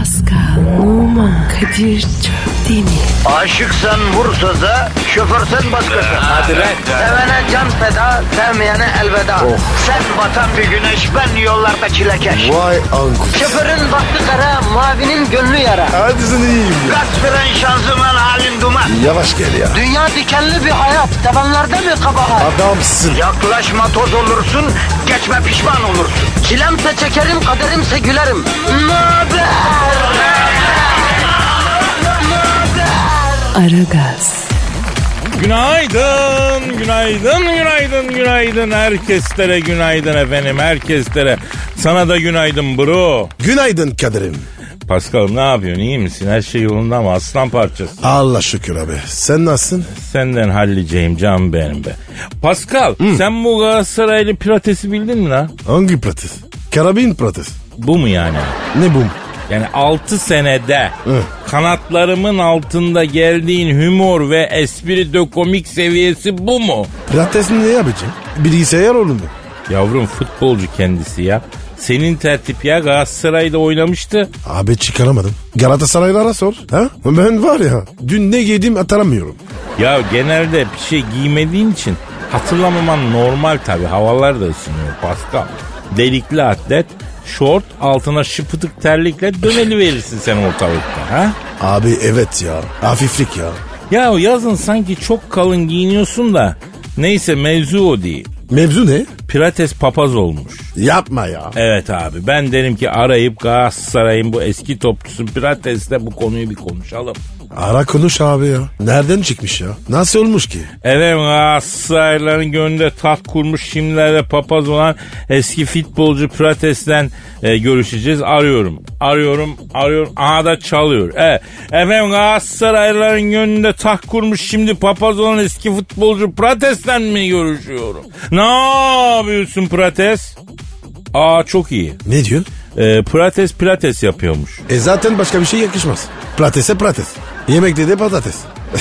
Pascal, Oman, Kadir çok değil mi? Aşıksan vursa da, şoförsen başkasın. Hadi lan. Sevene can feda, sevmeyene elveda. Sen batan bir güneş, ben yollarda çilekeş. Vay anku. Şoförün baktı kara, mavinin gönlü yara. Hadi sen iyiyim ya. Kasperen şanzıman halin duman. Yavaş gel ya. Dünya dikenli bir hayat, sevenlerde mi kabahar? Adamsın. Yaklaşma toz olursun, geçme pişman olursun. Çilemse çekerim, kaderimse gülerim. Möber! Aragaz, Günaydın, günaydın, günaydın, günaydın. Herkeslere günaydın efendim, herkeslere. Sana da günaydın bro. Günaydın Kadir'im. Paskal'ım ne yapıyorsun, iyi misin? Her şey yolunda mı? Aslan parçası. Allah şükür abi. Sen nasılsın? Senden halledeceğim canım benim be. Pascal, sen bu Galatasaraylı Pirates'i bildin mi lan? Hangi pratis? Karabin pratis. Bu mu yani? Ne bu? Yani 6 senede kanatlarımın altında geldiğin humor ve espri de komik seviyesi bu mu? Pratis ne yapacağım? Bilgisayar olur mu? Yavrum futbolcu kendisi ya. Senin tertip ya, Galatasaray'da oynamıştı. Abi çıkaramadım. Galatasaraylara sor. Ha? Ben var ya dün ne giydim hatırlamıyorum. Ya genelde bir şey giymediğin için hatırlamaman normal tabii. Havalar da ısınıyor Pascal. Delikli atlet, şort, altına şıpıtık terlikle döneli verirsin sen ortalıkta. Ha? Abi evet ya. Hafiflik ya. Ya yazın sanki çok kalın giyiniyorsun da. Neyse mevzu o değil. Mevzu ne? Pilates papaz olmuş. Yapma ya. Evet abi, ben derim ki arayıp Galatasaray'ın bu eski topçusu Pilates'le bu konuyu bir konuşalım. Ara konuş abi ya. Nereden çıkmış ya? Nasıl olmuş ki? Evet, Galatasaraylıların gönlünde taht kurmuş, şimdilerde papaz olan eski futbolcu Pilates'ten görüşeceğiz. Arıyorum. Aha da çalıyor. Evet. Efendim, Galatasaraylıların gönlünde taht kurmuş, şimdi papaz olan eski futbolcu Pilates'ten mi görüşüyorum? Ne yapıyorsun Pilates? Aa, çok iyi. Ne diyor? Pilates yapıyormuş. Zaten başka bir şey yakışmaz. Pilates'e pilates. Yemekte de patates.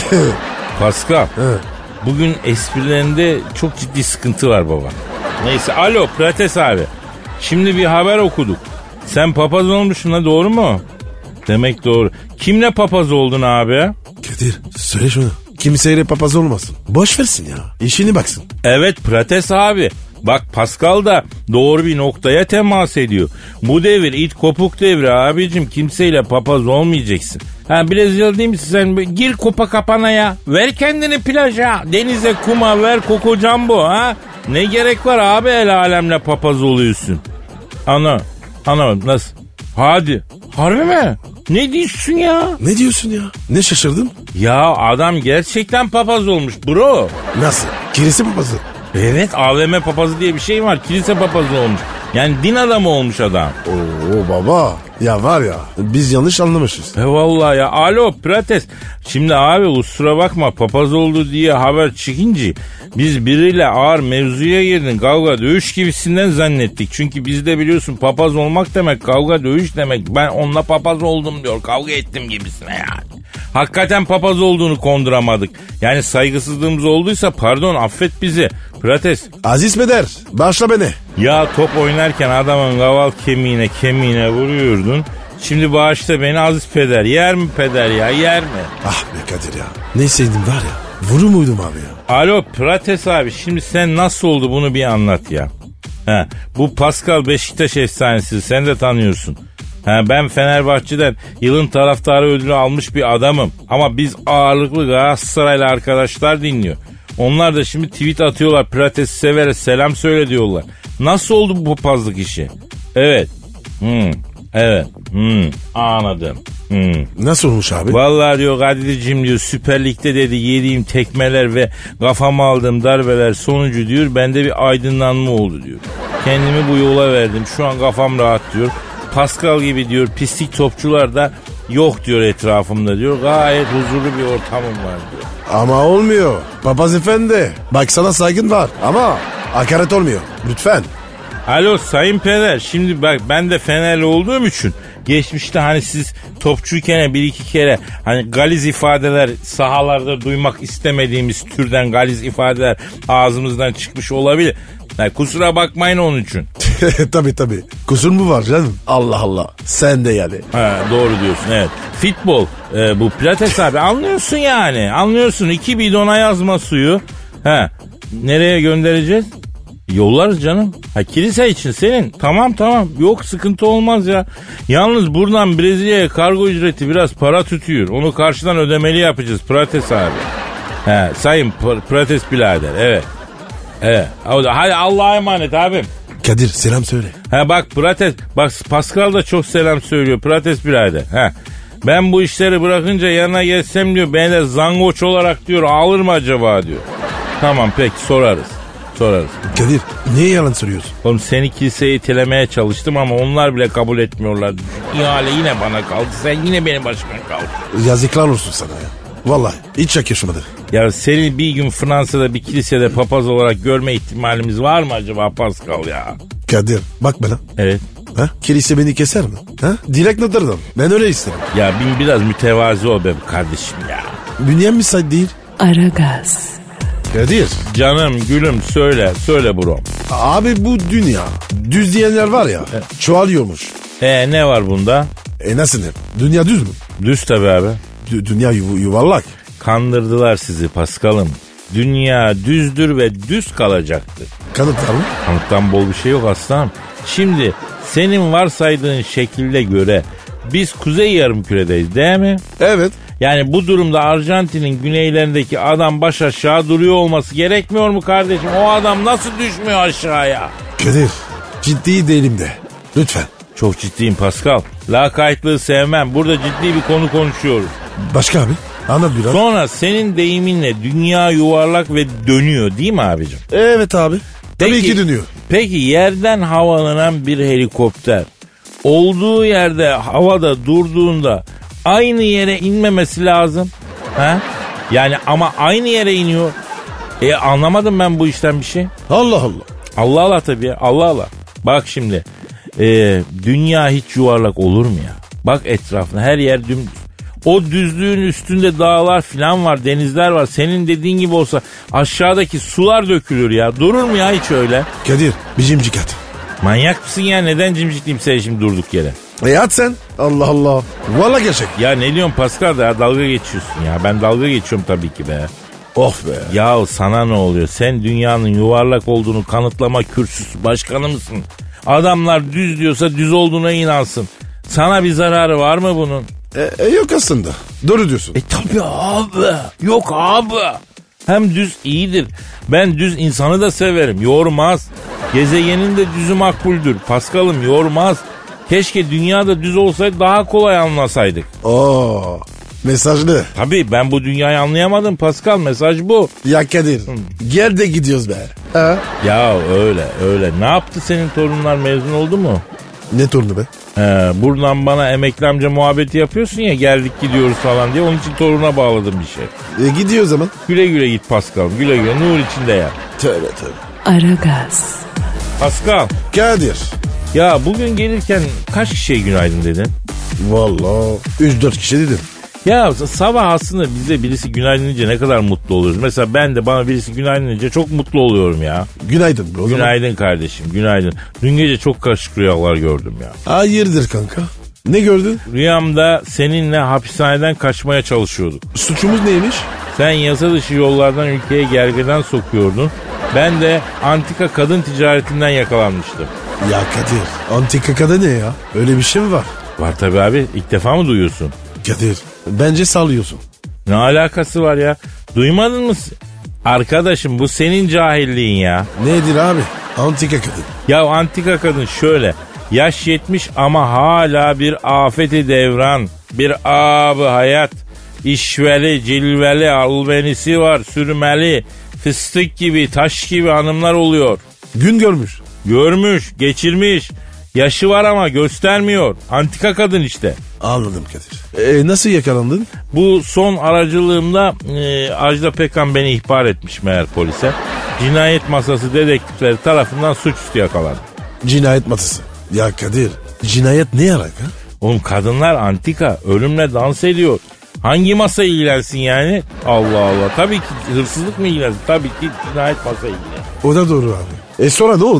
Pascal. Evet. Bugün esprilerinde çok ciddi sıkıntı var baba. Neyse, alo Pilates abi. Şimdi bir haber okuduk. Sen papaz olmuşsun ha, doğru mu? Demek doğru. Kimle papaz oldun abi? Kadir söyle şunu. Kimseyle papaz olmasın. Boş versin ya. İşini baksın. Evet Pilates abi. Bak Pascal da doğru bir noktaya temas ediyor. Bu devir it kopuk devri abicim, kimseyle papaz olmayacaksın. Ha, Brezilya değil misin sen? Gir kopa kapana ya. Ver kendini plaja, denize, kuma, ver Coco Jumbo ha. Ne gerek var abi el alemle papaz oluyorsun. Ana nasıl? Hadi. Harbi mi? Ne diyorsun ya? Ne diyorsun ya? Ne şaşırdın? Ya adam gerçekten papaz olmuş bro. Nasıl? Kilise papazı. Evet, AVM papazı diye bir şey var. Kilise papazı olmuş. Yani din adamı olmuş adam. Oo baba. Ya var ya biz yanlış anlamışız. Vallahi ya. Alo Pilates. Şimdi abi kusura bakma, papaz oldu diye haber çıkınca biz biriyle ağır mevzuya girdin. Kavga dövüş gibisinden zannettik. Çünkü bizde biliyorsun papaz olmak demek kavga dövüş demek. Ben onunla papaz oldum diyor. Kavga ettim gibisine yani. Hakikaten papaz olduğunu konduramadık. Yani saygısızlığımız olduysa pardon, affet bizi. Pilates. Aziz Peder başla beni. Ya top oynarken adamın kaval kemiğine vuruyordun. Şimdi bağışla beni Aziz Peder. Yer mi peder ya, yer mi? Ah be Kadir ya. Neyseydin var ya. Vurur muydum abi ya? Alo Pilates abi, şimdi sen nasıl oldu bunu bir anlat ya. Ha, bu Pascal Beşiktaş efsanesi, sen de tanıyorsun. Ha, ben Fenerbahçe'den yılın taraftarı ödülü almış bir adamım. Ama biz ağırlıklı Galatasaraylı arkadaşlar dinliyor. Onlar da şimdi tweet atıyorlar, Pilates'i severiz, selam söyle diyorlar. Nasıl oldu bu papazlık işi? Evet. Evet. Anladım. Nasıl olmuş abi? Vallahi diyor Kadir'cim diyor, Süper Lig'de dedi yediğim tekmeler ve kafama aldığım darbeler sonucu diyor bende bir aydınlanma oldu diyor. Kendimi bu yola verdim. Şu an kafam rahat diyor. Pascal gibi diyor pislik topçular da yok diyor etrafımda diyor. Gayet huzurlu bir ortamım var diyor. Ama olmuyor. Papaz efendi. Bak sana saygın var ama hakaret olmuyor. Lütfen. Alo sayın peder, şimdi bak ben de Fenerli olduğum için geçmişte hani siz topçuyken bir iki kere hani galiz ifadeler, sahalarda duymak istemediğimiz türden galiz ifadeler ağzımızdan çıkmış olabilir. Yani kusura bakmayın onun için. Tabii. Kusur mu var canım? Allah Allah. Sen de yani. Ha, doğru diyorsun, evet. Futbol, bu pilates abi, anlıyorsun yani. Anlıyorsun, 2 bidona yazma suyu. Ha, nereye göndereceğiz? Yollarız canım. Ha, kilise için senin. Tamam. Yok, sıkıntı olmaz ya. Yalnız buradan Brezilya'ya kargo ücreti biraz para tutuyor. Onu karşıdan ödemeli yapacağız Pilates abi. He, sayın Pilates birader, evet. Evet. Hadi Allah'a emanet abim. Kadir selam söyle. Ha bak Pilates, bak Pascal da çok selam söylüyor Pilates birader. Ha. Ben bu işleri bırakınca yanına geçsem diyor, beni de zangoç olarak diyor alır mı acaba diyor. Tamam peki, sorarız. Kadir niye yalan söylüyorsun? Oğlum seni kiliseye itelemeye çalıştım ama onlar bile kabul etmiyorlar. İhale yine bana kaldı, sen yine benim başıma kaldın. Yazıklar olsun sana ya. Vallahi hiç yakışmadı. Ya seni bir gün Fransa'da bir kilisede papaz olarak görme ihtimalimiz var mı acaba Pascal ya? Kadir bak bana. Evet. Ha? Kilise beni keser mi? Ha? Direkt Notre Dame. Ben öyle isterim. Ya biraz mütevazi ol be kardeşim ya. Bünyem müsait değil. Aragaz. Kadir. Canım gülüm söyle bro. Abi bu dünya düz diyenler var ya, çoğalıyormuş. Ne var bunda? Nasıl ne? Dünya düz mü? Düz tabi abi. Dünya yuvarlak. Kandırdılar sizi Paskal'ım. Dünya düzdür ve düz kalacaktır. Kanıtlar mı? Kanıttan bol bir şey yok aslanım. Şimdi senin varsaydığın şekilde göre biz kuzey yarımküredeyiz değil mi? Evet. Yani bu durumda Arjantin'in güneylerindeki adam baş aşağı duruyor olması gerekmiyor mu kardeşim? O adam nasıl düşmüyor aşağıya? Kadir ciddi değilim de lütfen. Çok ciddiyim Pascal. Lakaytlığı sevmem. Burada ciddi bir konu konuşuyoruz. Başka abi? Anlat biraz. Sonra senin deyiminle dünya yuvarlak ve dönüyor değil mi abicim? Evet abi. Tabii ki dönüyor. Peki yerden havalanan bir helikopter olduğu yerde havada durduğunda aynı yere inmemesi lazım. Ha? Yani ama aynı yere iniyor. Anlamadım ben bu işten bir şey. Allah Allah. Allah Allah tabii ya. Allah Allah. Bak şimdi. Dünya hiç yuvarlak olur mu ya? Bak etrafına, her yer dümdüz. O düzlüğün üstünde dağlar falan var, denizler var. Senin dediğin gibi olsa aşağıdaki sular dökülür ya. Durur mu ya hiç öyle? Kadir bir cimcik at. Manyak mısın ya? Neden cimcikleyeyim seni şimdi durduk yere? At sen. Allah Allah. Vallahi gerçek. Ya ne diyorsun Pascal da ya, dalga geçiyorsun ya. Ben dalga geçiyorum tabii ki be. Of be. Ya sana ne oluyor? Sen dünyanın yuvarlak olduğunu kanıtlama kürsüsü başkanı mısın? Adamlar düz diyorsa düz olduğuna inansın. Sana bir zararı var mı bunun? Yok aslında. Doğru diyorsun. Tabii abi. Yok abi. Hem düz iyidir. Ben düz insanı da severim. Yormaz. Gezegenin de düzü makbuldür. Paskal'ım yormaz. Keşke dünyada düz olsaydı daha kolay anlasaydık. Oo. Mesajlı. Tabii ben bu dünyayı anlayamadım Pascal. Mesaj bu. Ya Kadir. Gel de gidiyoruz be. Ha? Ya öyle. Ne yaptı senin torunlar, mezun oldu mu? Ne torunu be? Buradan bana emekli amca muhabbeti yapıyorsun ya, geldik gidiyoruz falan diye, onun için toruna bağladım bir şey. Gidiyor o zaman. Güle güle git Pascal, güle güle, nur içinde ya. Tövbe. Aragaz. Pascal. Kadir. Ya bugün gelirken kaç kişiye günaydın dedin? Vallahi 3-4 kişi dedim. Ya sabah aslında bize birisi günaydın deyince ne kadar mutlu oluyoruz. Mesela ben de bana birisi günaydın deyince çok mutlu oluyorum ya. Günaydın. O Günaydın zaman. kardeşim, günaydın. Dün gece çok karışık rüyalar gördüm ya. Hayırdır kanka? Ne gördün? Rüyamda seninle hapishaneden kaçmaya çalışıyorduk. Suçumuz neymiş? Sen yasa dışı yollardan ülkeye gergedan sokuyordun. Ben de antika kadın ticaretinden yakalanmıştım. Ya Kadir, antika kadın ne ya? Öyle bir şey mi var? Var tabii abi, ilk defa mı duyuyorsun? Kadir, bence sallıyorsun. Ne alakası var ya? Duymadın mı? Arkadaşım bu senin cahilliğin ya. Nedir abi? Antika kadın. Ya antika kadın şöyle. Yaş 70 ama hala bir afeti devran. Bir abi hayat. İşveli, cilveli, albenisi var, sürmeli. Fıstık gibi, taş gibi hanımlar oluyor. Gün görmüş. Görmüş, geçirmiş. Yaşı var ama göstermiyor. Antika kadın işte. Anladım Kadir. Nasıl yakalandın? Bu son aracılığımda Ajda Pekkan beni ihbar etmiş meğer polise. Cinayet masası dedektifleri tarafından suçüstü yakalandı. Cinayet masası. Ya Kadir, cinayet ne alaka? Oğlum kadınlar antika, ölümle dans ediyor. Hangi masa ilgilensin yani? Allah Allah. Tabii ki hırsızlık mı ilgilensin? Tabii ki cinayet masa ilgilensin. O da doğru abi. Sonra ne oldu?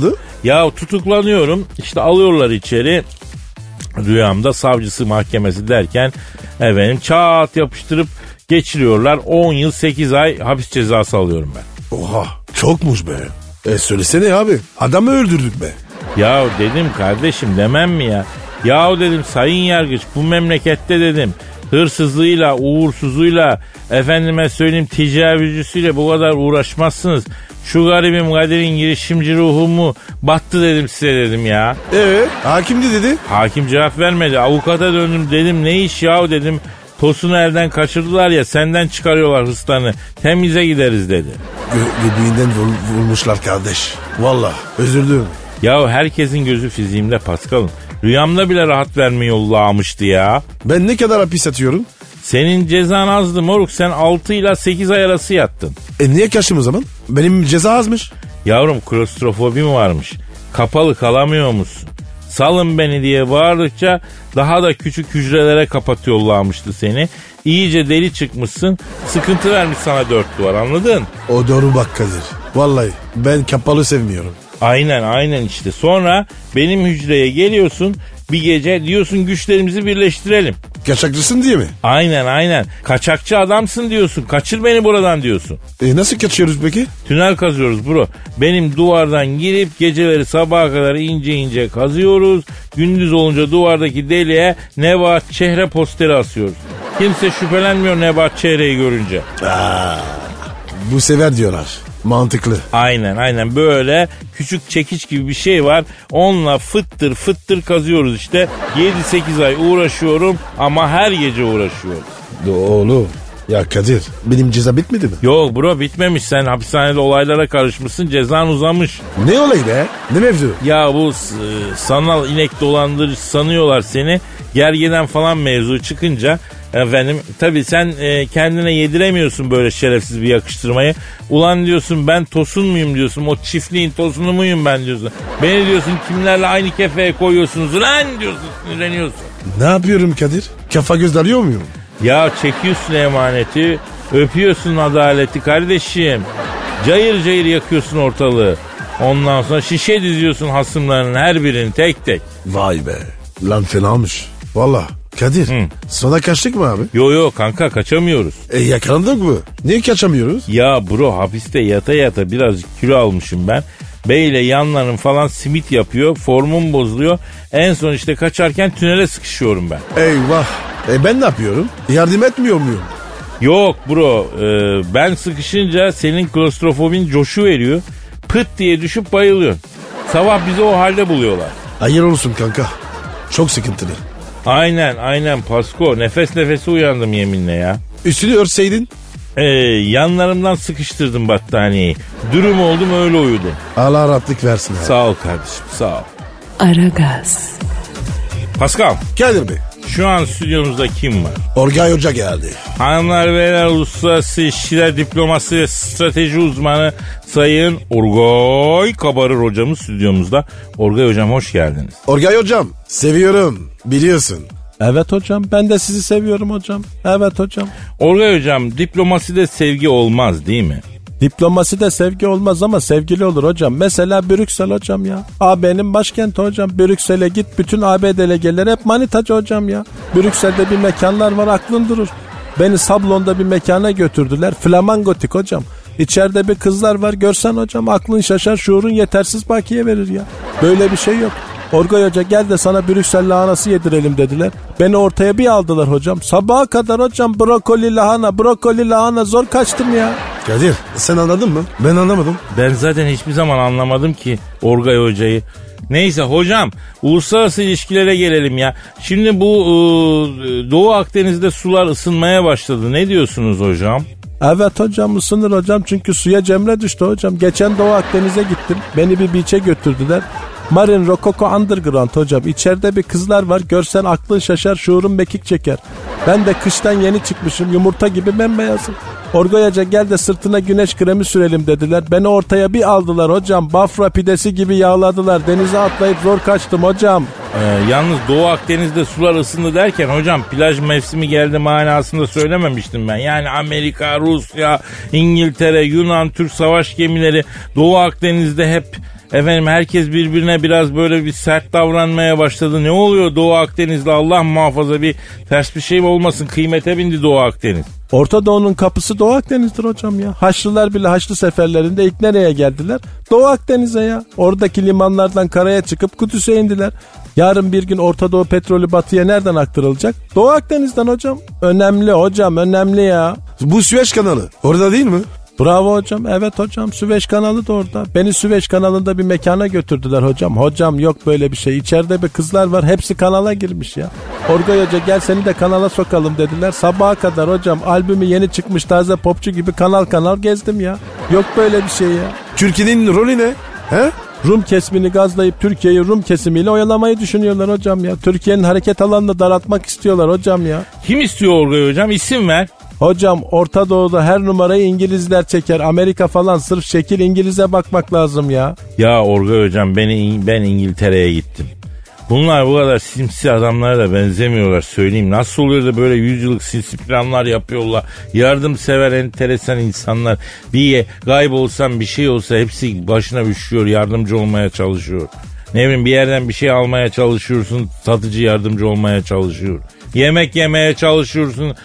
Ya tutuklanıyorum, işte alıyorlar içeri. Rüyamda savcısı mahkemesi derken efendim çat yapıştırıp geçiriyorlar. 10 yıl 8 ay hapis cezası alıyorum ben. Oha çokmuş be. Söylesene abi. Adamı öldürdük be. Ya dedim kardeşim, demem mi ya? Yahu dedim sayın yargıç, bu memlekette dedim hırsızlığıyla, uğursuzluğuyla, efendime söyleyeyim tecavüzcüsüyle bu kadar uğraşmazsınız. Şu garibim Kadir'in girişimci ruhu mu battı dedim size dedim ya. Hakim ne dedi? Hakim cevap vermedi. Avukata döndüm, dedim ne iş yahu dedim. Tosun'u elden kaçırdılar ya, senden çıkarıyorlar hırslarını. Temize gideriz dedi. Göbeğinden vurmuşlar kardeş. Vallahi özür. Ya herkesin gözü fiziğimde Paskal'ım. Rüyamda bile rahat verme yollamıştı ya. Ben ne kadar hapis atıyorum? Senin cezan azdı moruk. Sen 6 ile 8 ay arası yattın. Niye kaçtım o zaman? Benim ceza azmış. Yavrum klostrofobim varmış. Kapalı kalamıyor musun? Salın beni diye bağırdıkça daha da küçük hücrelere kapatıyorlarmıştı seni. İyice deli çıkmışsın. Sıkıntı vermiş sana 4 duvar, anladın? O doğru bak Kadir. Vallahi ben kapalı sevmiyorum. Aynen işte. Sonra benim hücreye geliyorsun bir gece, diyorsun güçlerimizi birleştirelim. Kaçakçısın diye mi? Aynen. Kaçakçı adamsın diyorsun. Kaçır beni buradan diyorsun. Nasıl kaçıyoruz peki? Tünel kazıyoruz bro. Benim duvardan girip geceleri sabaha kadar ince kazıyoruz. Gündüz olunca duvardaki deliğe Nebahat Çehre posteri asıyoruz. Kimse şüphelenmiyor Nebahat Çehre'yi görünce. Bu sefer diyorlar. Mantıklı. Aynen böyle küçük çekiç gibi bir şey var. Onunla fıttır kazıyoruz işte. 7-8 ay uğraşıyorum ama her gece uğraşıyorum. Oğlum ya Kadir benim ceza bitmedi mi? Yok bro, bitmemiş. Sen hapishanede olaylara karışmışsın, cezan uzamış. Ne olayı be? Ne mevzu? Ya bu sanal inek dolandırıcı sanıyorlar seni. Gergeden falan mevzu çıkınca efendim tabii sen kendine yediremiyorsun böyle şerefsiz bir yakıştırmayı. Ulan diyorsun ben Tosun muyum diyorsun. O çiftliğin Tosunu muyum ben diyorsun. Beni diyorsun kimlerle aynı kefeye koyuyorsunuz lan diyorsun, sinirleniyorsun. Ne yapıyorum Kadir? Kafa göz dalıyor muyum? Ya çekiyorsun emaneti, öpüyorsun adaleti kardeşim. Cayır yakıyorsun ortalığı. Ondan sonra şişe diziyorsun hasımlarının her birini tek tek. Vay be. Lan fenamış. Valla. Kadir sana kaçtık mı abi? Yo kanka, kaçamıyoruz. Yakalandık mı? Niye kaçamıyoruz? Ya bro, hapiste yata birazcık kilo almışım ben. Beyle yanlarım falan simit yapıyor. Formum bozuluyor. En son işte kaçarken tünele sıkışıyorum ben. Eyvah. Ben ne yapıyorum? Yardım etmiyor muyum? Yok bro, ben sıkışınca senin klostrofobin coşuveriyor. Pıt diye düşüp bayılıyorsun. Sabah bizi o halde buluyorlar. Hayır olsun kanka. Çok sıkıntılı. Aynen Pasko. Nefese uyandım yeminle ya. Üstünü örtseydin. Yanlarımdan sıkıştırdım battaniyeyi. Dürüm oldum, öyle uyudum. Allah rahatlık versin abi. Sağ ol kardeşim, sağ ol. Aragaz. Pascal, Kadir Bey. şu an stüdyomuzda kim var? Orgay Hoca geldi. Hanımlar beyler, uluslararası ilişkiler diplomasi ve strateji uzmanı Sayın Orgay Kabarır hocamız stüdyomuzda. Orgay hocam hoş geldiniz. Orgay Hocam seviyorum biliyorsun. Evet hocam, ben de sizi seviyorum hocam. Evet hocam. Orgay hocam, diplomaside sevgi olmaz değil mi? Diplomaside sevgi olmaz ama sevgili olur hocam. Mesela Brüksel hocam ya. AB'nin başkenti hocam. Brüksel'e git, bütün AB delegeleri hep manitacı hocam ya. Brüksel'de bir mekanlar var, aklın durur. Beni Sablon'da bir mekana götürdüler. Flamangotik hocam. İçeride bir kızlar var, görsen hocam aklın şaşar, şuurun yetersiz bakiye verir ya. Böyle bir şey yok. Orgay Hoca gel de sana Brüksel lahanası yedirelim dediler. Beni ortaya bir aldılar hocam. Sabaha kadar hocam brokoli lahana zor kaçtım ya. Kadir sen anladın mı? Ben anlamadım. Ben zaten hiçbir zaman anlamadım ki Orgay hocayı. Neyse hocam, uluslararası ilişkilere gelelim ya. Şimdi bu Doğu Akdeniz'de sular ısınmaya başladı. Ne diyorsunuz hocam? Evet hocam, ısınır hocam, çünkü suya cemre düştü hocam. Geçen Doğu Akdeniz'e gittim. Beni bir beach'e götürdüler. Marin Rococo Underground hocam. İçeride bir kızlar var. Görsen aklın şaşar, şuurun mekik çeker. Ben de kıştan yeni çıkmışım. Yumurta gibi bembeyazım. Orgay Hoca gel de sırtına güneş kremi sürelim dediler. Beni ortaya bir aldılar hocam. Bafra pidesi gibi yağladılar. Denize atlayıp zor kaçtım hocam. Yalnız Doğu Akdeniz'de sular ısındı derken hocam plaj mevsimi geldi manasında söylememiştim ben. Yani Amerika, Rusya, İngiltere, Yunan, Türk savaş gemileri Doğu Akdeniz'de hep Efendim herkes birbirine biraz böyle bir sert davranmaya başladı. Ne oluyor Doğu Akdeniz'de, Allah muhafaza bir ters bir şey mi olmasın, kıymete bindi Doğu Akdeniz. Orta Doğu'nun kapısı Doğu Akdeniz'dir hocam ya. Haçlılar bile Haçlı seferlerinde ilk nereye geldiler? Doğu Akdeniz'e ya. Oradaki limanlardan karaya çıkıp Kudüs'e indiler. Yarın bir gün Orta Doğu petrolü batıya nereden aktarılacak? Doğu Akdeniz'den hocam. Önemli hocam, önemli ya. Bu Süveyş kanalı orada değil mi? Bravo hocam. Evet hocam, Süveyş kanalı da orada. Beni Süveyş kanalında bir mekana götürdüler hocam. Hocam yok böyle bir şey. İçeride bir kızlar var, hepsi kanala girmiş ya. Orgay Hoca gel seni de kanala sokalım dediler. Sabaha kadar hocam albümü yeni çıkmış taze popçu gibi kanal kanal gezdim ya. Yok böyle bir şey ya. Türkiye'nin rolü ne? He? Rum kesimini gazlayıp Türkiye'yi Rum kesimiyle oyalamayı düşünüyorlar hocam ya. Türkiye'nin hareket alanını daraltmak istiyorlar hocam ya. Kim istiyor Orgay hocam? İsim ver. Hocam Orta Doğu'da her numarayı İngilizler çeker. Amerika falan sırf şekil, İngiliz'e bakmak lazım ya. Ya Orgay hocam ben İngiltere'ye gittim. Bunlar bu kadar simsi adamlara da benzemiyorlar söyleyeyim. Nasıl oluyor da böyle 100 yıllık sinsi planlar yapıyorlar. Yardımsever enteresan insanlar. Bir kaybolsam bir şey olsa hepsi başına üşüyor, yardımcı olmaya çalışıyor. Ne bileyim bir yerden bir şey almaya çalışıyorsun, satıcı yardımcı olmaya çalışıyor. Yemek yemeye çalışıyorsun,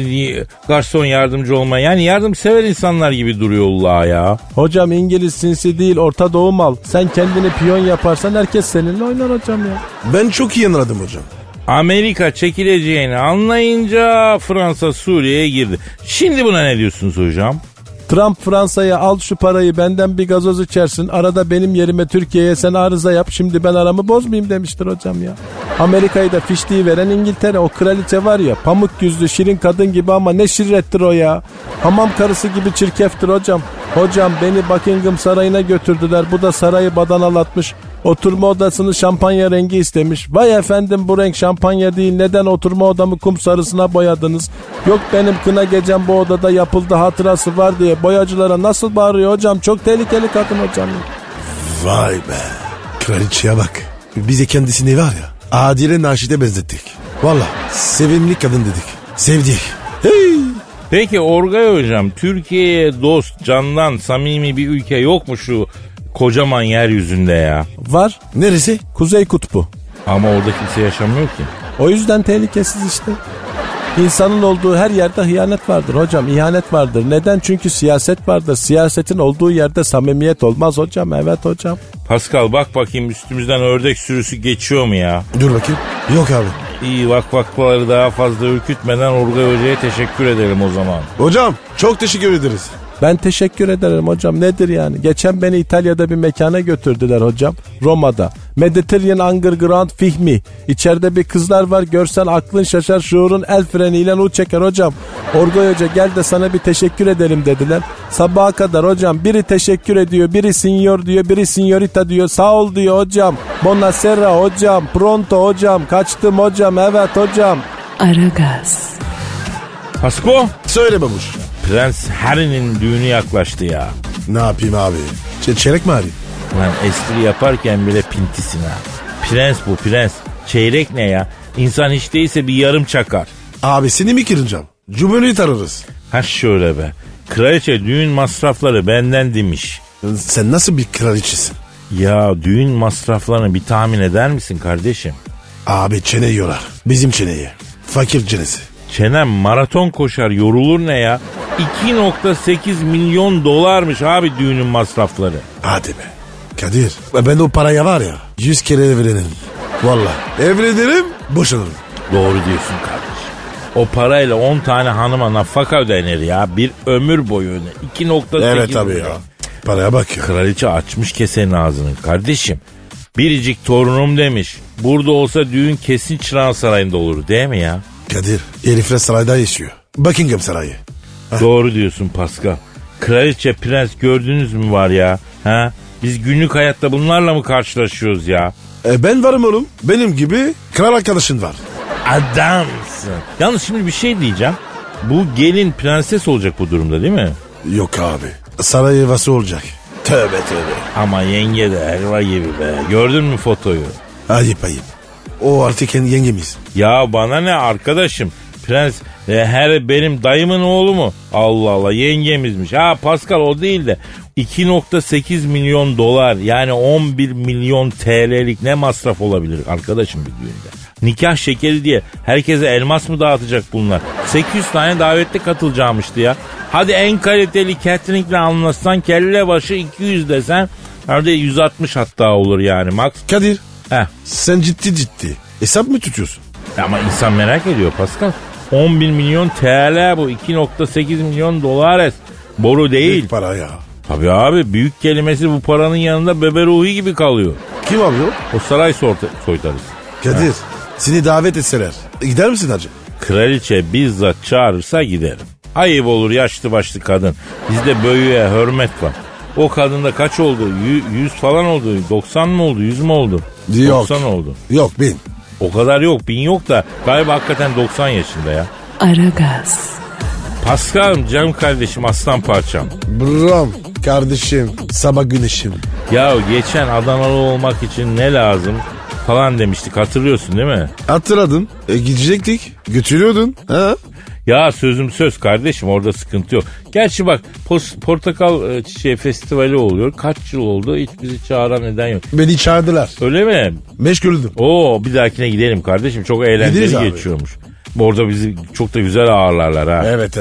garson yardımcı olmaya. Yani yardımsever insanlar gibi duruyorlar ya. Hocam İngiliz sinsi değil, Orta Doğu mal. Sen kendini piyon yaparsan herkes seninle oynar hocam ya. Ben çok iyi anladım hocam. Amerika çekileceğini anlayınca Fransa Suriye'ye girdi. Şimdi buna ne diyorsunuz hocam? Trump Fransa'ya al şu parayı benden bir gazoz içersin. Arada benim yerime Türkiye'ye sen arıza yap. Şimdi ben aramı bozmayayım demiştir hocam ya. Amerika'yı da fiştiği veren İngiltere. O kraliçe var ya, pamuk yüzlü şirin kadın gibi ama ne şirrettir o ya. Hamam karısı gibi çirkeftir hocam. Hocam beni Buckingham Sarayı'na götürdüler. Bu da sarayı badanalatmış. Oturma odasını şampanya rengi istemiş. Vay efendim bu renk şampanya değil. Neden oturma odamı kum sarısına boyadınız? Yok benim kına gecem bu odada yapıldı hatırası var diye boyacılara nasıl bağırıyor hocam? Çok tehlikeli kadın hocam. Vay be. Kraliçeye bak. Bize kendisini var ya Adile Naşit'e benzettik. Valla sevimli kadın dedik. Sevdik. Hey. Peki Orgay hocam, Türkiye'ye dost, candan, samimi bir ülke yok mu şu kocaman yeryüzünde ya? Var. Neresi? Kuzey Kutbu. Ama orada kimse yaşamıyor ki. O yüzden tehlikesiz işte. İnsanın olduğu her yerde hıyanet vardır hocam. İhanet vardır. Neden? Çünkü siyaset vardır. Siyasetin olduğu yerde samimiyet olmaz hocam. Evet hocam. Pascal bak bakayım üstümüzden ördek sürüsü geçiyor mu ya? Dur bakayım. Yok abi. İyi vakvaklaları daha fazla ürkütmeden Orgay Hoca'ya teşekkür edelim o zaman. Hocam çok teşekkür ederiz. Ben teşekkür ederim hocam. Nedir yani? Geçen beni İtalya'da bir mekana götürdüler hocam. Roma'da. Mediterranean Underground Fihmi. İçeride bir kızlar var. Görsen aklın şaşar, şuurun el freniyle u çeker hocam. Orgay Hoca gel de sana bir teşekkür edelim dediler. Sabaha kadar hocam. Biri teşekkür ediyor. Biri signor diyor. Biri signorita diyor. Sağ ol diyor hocam. Buonasera hocam. Pronto hocam. Kaçtım hocam. Evet hocam. Aragaz. Pasko, Söyle babuş. Prens Harry'nin düğünü yaklaştı ya. Ne yapayım abi? Çeyrek mi abi? Lan espri yaparken bile pintisin ha. Prens bu prens. Çeyrek ne ya? İnsan hiç değilse bir yarım çakar. Abi seni mi kıracağım? Cumhuriyet ararız. Ha şöyle be. Kraliçe düğün masrafları benden demiş. Sen nasıl bir kraliçesin? Ya düğün masraflarını bir tahmin eder misin kardeşim? Abi çene yorar. Bizim çeneyi. Fakir çenesi. Çenem maraton koşar yorulur ne ya? 2.8 milyon dolarmış abi düğünün masrafları. Hadi be. Kadir ben o paraya var ya 100 kere evlenirim. Valla evlenirim boşanırım. Doğru diyorsun kardeşim. O parayla 10 tane hanıma nafaka ödenir ya. Bir ömür boyu ödenir. 2.8 Evet tabii milyon. ya. Paraya bak ya. Kraliçe açmış kesenin ağzını kardeşim. Biricik torunum demiş. Burada olsa düğün kesin Çırağan Sarayı'nda olur değil mi ya? Kadir herifler sarayda yaşıyor. Buckingham Sarayı. Doğru diyorsun Pascal. Kraliçe prens gördünüz mü var ya? Ha? Biz günlük hayatta bunlarla mı karşılaşıyoruz ya? Ben varım oğlum. Benim gibi kral arkadaşın var. Adamsın. Yalnız şimdi bir şey diyeceğim. Bu gelin prenses olacak bu durumda değil mi? Yok abi. Saray yuvası olacak. Tövbe tövbe. Ama yenge de helva gibi be. Gördün mü fotoyu? Ayıp ayıp. O artık yengemiz. Ya bana ne arkadaşım? Prens her benim dayımın oğlu mu? Allah Allah yengemizmiş. Ha Pascal o değil de 2.8 milyon dolar yani 11 milyon TL'lik ne masraf olabilir arkadaşım bir düğünde? Nikah şekeri diye herkese elmas mı dağıtacak bunlar? 800 tane davetli katılacağımıştı ya. Hadi en kaliteli catering'le anlaşsan kelle başı 200 desen hadi 160 hatta olur yani max. Kadir Heh. sen ciddi hesap mı tutuyorsun? Ama insan merak ediyor Pascal. 11 milyon TL bu 2.8 milyon dolar boru değil. Büyük para ya. Tabii abi büyük kelimesi bu paranın yanında bebe ruhu gibi kalıyor. Kim alıyor? O saray soytarısı. Kadir seni davet etseler gider misin hacı? Kraliçe bizzat çağırırsa giderim. Ayıp olur yaşlı başlı kadın. Bizde böyüye hürmet var. O kadında kaç oldu? 100 falan oldu. 90 mı oldu? 100 mü oldu? Yok. 90 oldu. Yok 1000. O kadar yok. 1000 yok da galiba hakikaten 90 yaşında ya. Aragaz, Pascal'ım canım kardeşim aslan parçam. Bram kardeşim sabah güneşim. Ya geçen Adanalı olmak için ne lazım falan demiştik hatırlıyorsun değil mi? Hatırladın. Gidecektik. Götürüyordun. Ha? Ya sözüm söz kardeşim orada sıkıntı yok. Gerçi bak portakal çiçeği festivali oluyor. Kaç yıl oldu hiç bizi çağıran neden yok. Beni çağırdılar. Öyle mi? Meşguldüm. Oo bir dahakine gidelim kardeşim. Çok eğlenceli geçiyormuş. Orada bizi çok da güzel ağırlarlar ha. Evet.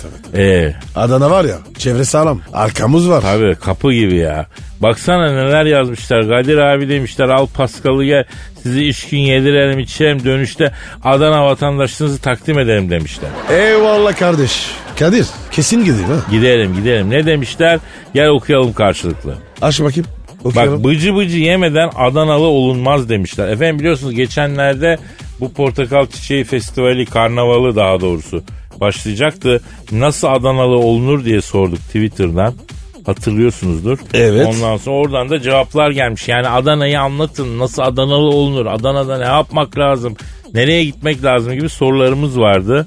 Adana var ya çevre sağlam. Arkamız var. Tabii kapı gibi ya. Baksana neler yazmışlar. Kadir abi demişler al Paskal'ı gel. Sizi 3 gün yedirelim içelim dönüşte Adana vatandaşlığınızı takdim edelim demişler. Eyvallah kardeş. Kadir kesin gidelim ha. Gidelim. Ne demişler? Gel okuyalım karşılıklı. Aç bakayım. Okuyalım. Bak bıcı yemeden Adanalı olunmaz demişler. Efendim biliyorsunuz geçenlerde bu portakal çiçeği festivali karnavalı daha doğrusu başlayacaktı. Nasıl Adanalı olunur diye sorduk Twitter'dan. Hatırlıyorsunuzdur. Evet. Ondan sonra oradan da cevaplar gelmiş. Yani Adana'yı anlatın. Nasıl Adanalı olunur? Adana'da ne yapmak lazım? Nereye gitmek lazım gibi sorularımız vardı.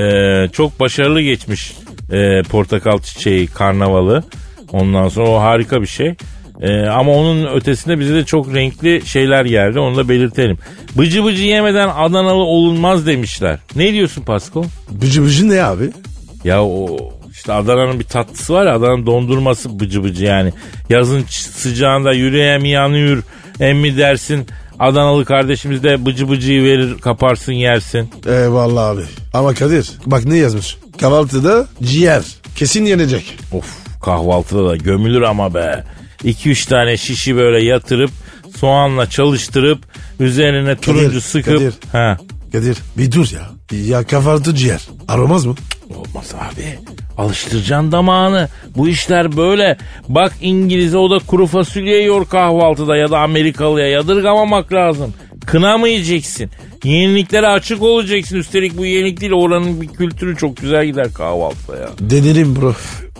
Çok başarılı geçmiş portakal çiçeği karnavalı. Ondan sonra o harika bir şey. Ama onun ötesinde bize de çok renkli şeyler geldi. Onu da belirtelim. Bıcı yemeden Adanalı olunmaz demişler. Ne diyorsun Pasko? Bıcı ne abi? Ya o işte Adana'nın bir tatlısı var ya Adana'nın dondurması bıcı yani. Yazın sıcağında yüreğim yanıyor emmi dersin. Adanalı kardeşimiz de bıcıyı verir kaparsın yersin. Eyvallah abi. Ama Kadir bak ne yazmış. Kahvaltıda ciğer. Kesin yenecek. Of kahvaltıda da gömülür ama be. 2-3 tane şişi böyle yatırıp soğanla çalıştırıp üzerine turuncu sıkıp. Kadir bir dur ya. Ya kahvaltı ciğer. Aramaz mı? Olmaz abi. Alıştıracaksın damağını. Bu işler böyle. Bak İngiliz'e o da kuru fasulye yiyor kahvaltıda ya da Amerikalıya yadırgamamak lazım. Kına mı yiyeceksin? Yeniliklere açık olacaksın. Üstelik bu yenilik değil oranın bir kültürü çok güzel gider kahvaltıda ya. Denerim bro.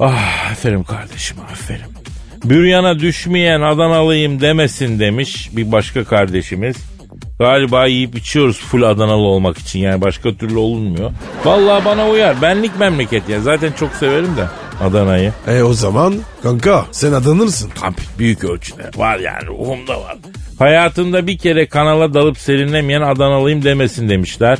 Ah aferin kardeşim aferin. Büryana düşmeyen Adanalıyım demesin demiş bir başka kardeşimiz. Galiba yiyip içiyoruz full Adanalı olmak için yani başka türlü olunmuyor. Vallahi bana uyar benlik memleket ya zaten çok severim de Adana'yı. O zaman kanka sen adanırsın. Tabii büyük ölçüde var yani ruhumda var. Hayatında bir kere kanala dalıp serinlemeyen Adanalıyım demesin demişler.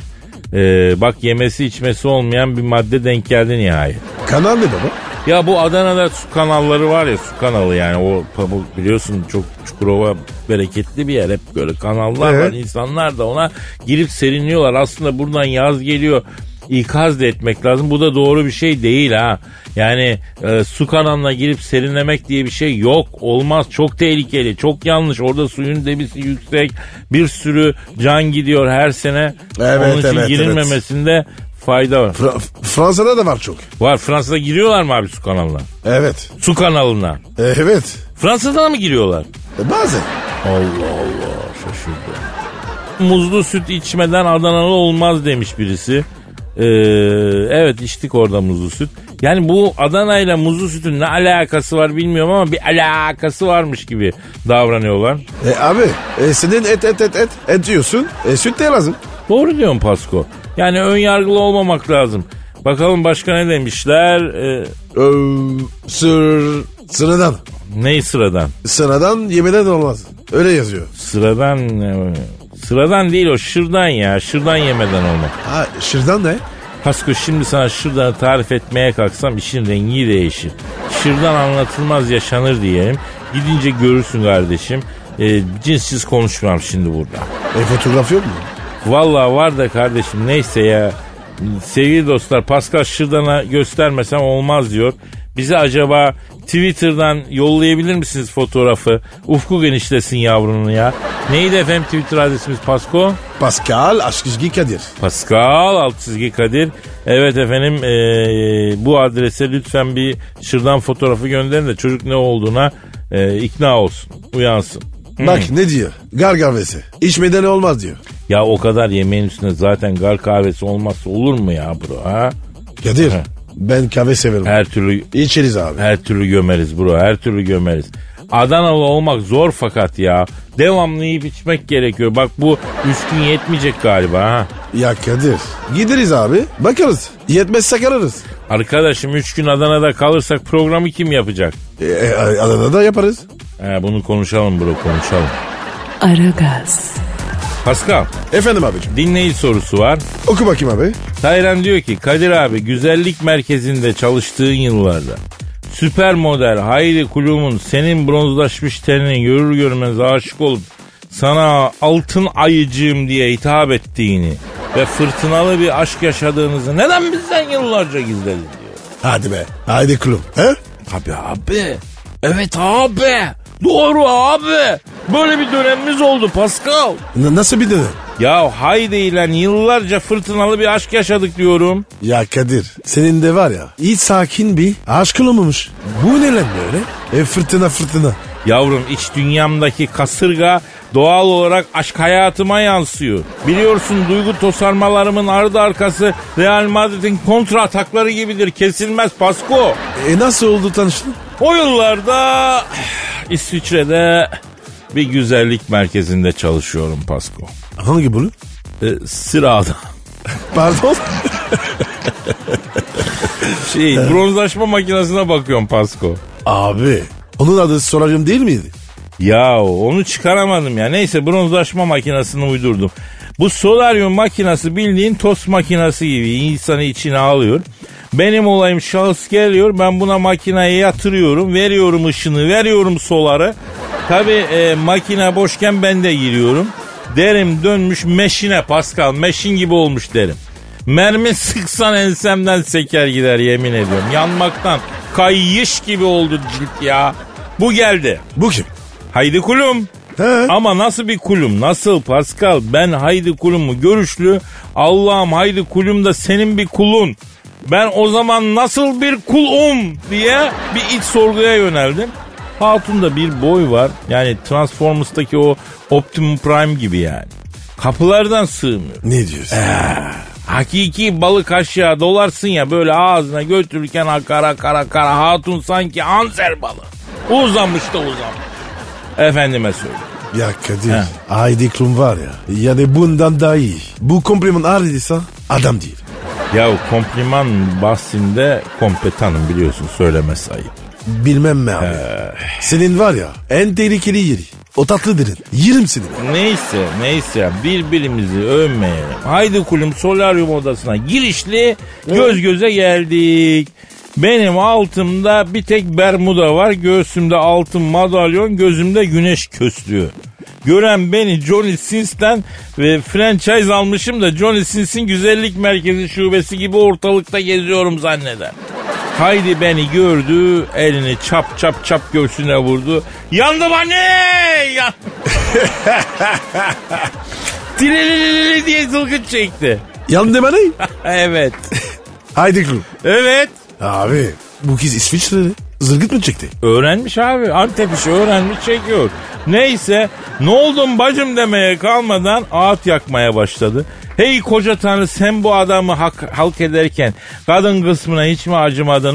Bak yemesi içmesi olmayan bir madde denk geldi nihayet. Kanal ne baba? Ya bu Adana'da su kanalları var ya su kanalı yani o biliyorsun çok Çukurova bereketli bir yer hep böyle kanallar var insanlar da ona girip serinliyorlar aslında buradan yaz geliyor ikaz da etmek lazım bu da doğru bir şey değil ha yani su kanalına girip serinlemek diye bir şey yok olmaz çok tehlikeli çok yanlış orada suyun debisi yüksek bir sürü can gidiyor her sene onun için girilmemesinde fayda var. Fransa'da da var çok. Var Fransa'da giriyorlar mı abi su kanalına? Evet. Su kanalına? Evet. Fransa'da da mı giriyorlar? Bazen. Allah şaşırdım. Muzlu süt içmeden Adanalı olmaz demiş birisi. Evet içtik orada muzlu süt. Yani bu Adana ile muzlu sütün ne alakası var bilmiyorum ama bir alakası varmış gibi davranıyorlar. Abi senin et diyorsun süt de lazım. Doğru diyorsun Pasko. Yani ön yargılı olmamak lazım. Bakalım başka ne demişler? Sıradan. Ney sıradan? Sıradan yemeden olmaz. Öyle yazıyor. Sıradan değil o şırdan ya. Şırdan yemeden olmaz. Ha şırdan ne? Pasko şimdi sana şırdanı tarif etmeye kalksam işin rengi değişir. şırdan anlatılmaz yaşanır diyelim. Gidince görürsün kardeşim. Cinsiz konuşmam şimdi burada. Fotoğraf yok mu? Vallahi var da kardeşim, neyse ya. Sevgili dostlar, Pascal şırdana göstermesem olmaz diyor. Bize acaba Twitter'dan yollayabilir misiniz fotoğrafı? Ufku genişlesin yavrunun ya. Neydi efendim Twitter adresimiz Pasko? Pascal Askizgi Kadir. Pascal _ Kadir. Evet efendim, bu adrese lütfen bir şırdan fotoğrafı gönderin de çocuk ne olduğuna ikna olsun, uyansın. Bak ne diyor? Gar kahvesi. İçmeden olmaz diyor. Ya o kadar yemeğin üstüne zaten gar kahvesi olmazsa olur mu ya bro ha? Kadir ben kahve severim. Her türlü İçeriz abi. her türlü gömeriz bro, her türlü gömeriz. Adanalı olmak zor fakat ya. Devamlı yiyip içmek gerekiyor. Bak bu 3 gün yetmeyecek galiba ha. Ya Kadir gideriz abi bakarız. Yetmezse kalırız. Arkadaşım 3 gün Adana'da kalırsak programı kim yapacak? Adana'da yaparız. Bunu konuşalım bro, konuşalım. Aragaz. Pascal, Efendim abicim. dinleyici sorusu var. Oku bakayım abi. Tayran diyor ki, Kadir abi, güzellik merkezinde çalıştığın yıllarda süper model Heidi Klum'un senin bronzlaşmış tenini görür görmez aşık olup sana altın ayıcığım diye hitap ettiğini ve fırtınalı bir aşk yaşadığınızı neden bizden yıllarca gizledin diyor. Hadi be. Haydi kulum. He? Tabii abi. Evet abi. Doğru abi. Böyle bir dönemimiz oldu Pascal. Nasıl bir dönem? Ya Haydi ile yıllarca fırtınalı bir aşk yaşadık diyorum. Ya Kadir senin de var ya hiç sakin bir aşkın olmamış. Bu ne lan böyle? Fırtına. Yavrum, iç dünyamdaki kasırga doğal olarak aşk hayatıma yansıyor. Biliyorsun, duygu tosarmalarımın ardı arkası Real Madrid'in kontra atakları gibidir. Kesilmez Pasko. Nasıl oldu tanıştın? O yıllarda İsviçre'de bir güzellik merkezinde çalışıyorum Pasko. Hangi bunu? Sırada. Pardon? Bronzlaşma makinesine bakıyorum Pasko. Abi onun adı solaryum değil miydi? Ya onu çıkaramadım ya. Neyse, bronzlaşma makinesini uydurdum. Bu solaryum makinesi bildiğin tost makinesi gibi insanı içine alıyor. Benim olayım, şahıs geliyor, ben buna makineye yatırıyorum, veriyorum ışını, veriyorum soları. Tabi makine boşken ben de giriyorum. Derim dönmüş meşine Pascal, meşin gibi olmuş derim. Mermi sıksan ensemden seker gider, yemin ediyorum. Yanmaktan kayış gibi oldu cilt ya. Bu geldi. Bu kim? Haydi Klum. He. Ama nasıl bir kulum? Nasıl Pascal? Ben Haydi Klum'u görüşlü. Allah'ım, Haydi Klum da senin bir kulun. Ben o zaman nasıl bir kulum diye bir iç sorguya yöneldim. Hatun'da bir boy var. Yani Transformers'taki o Optimum Prime gibi yani. Kapılardan sığmıyor. Ne diyorsun? Hakiki balık aşağı dolarsın ya, böyle ağzına götürürken akar. Hatun sanki anser balığı. Uzamış da uzamış. Efendime söyleyeyim. Ya Kadir, Heidi Klum var ya, yani bundan daha iyi. Bu kompliman ardıysa adam değil. Ya kompliman bahsinde kompetanım, biliyorsun, söylemesi ayıp. Bilmem mi abi. Senin var ya en tehlikeli yeri. O tatlı derin. Yerim seni. Neyse birbirimizi övmeyelim. Haydi Klum solaryum odasına girişli göz göze geldik. Benim altımda bir tek bermuda var, göğsümde altın madalyon, gözümde güneş köslüğü. Gören beni Johnny Sins'ten ve franchise almışım da Johnny Sins'in güzellik merkezi şubesi gibi ortalıkta geziyorum zanneder. Haydi beni gördü, elini çap göğsüne vurdu. Yandım anne! Dilelelele diye zılgıt çekti. Yandım anne. Evet. Heidi Klum. Evet. Abi bu kız İsviçre'de zılgıt mı çekti? Öğrenmiş abi. Antep işi öğrenmiş, çekiyor. Neyse, ne oldum bacım demeye kalmadan ağıt yakmaya başladı. Hey koca tanrı, sen bu adamı halk ederken kadın kısmına hiç mi acımadın?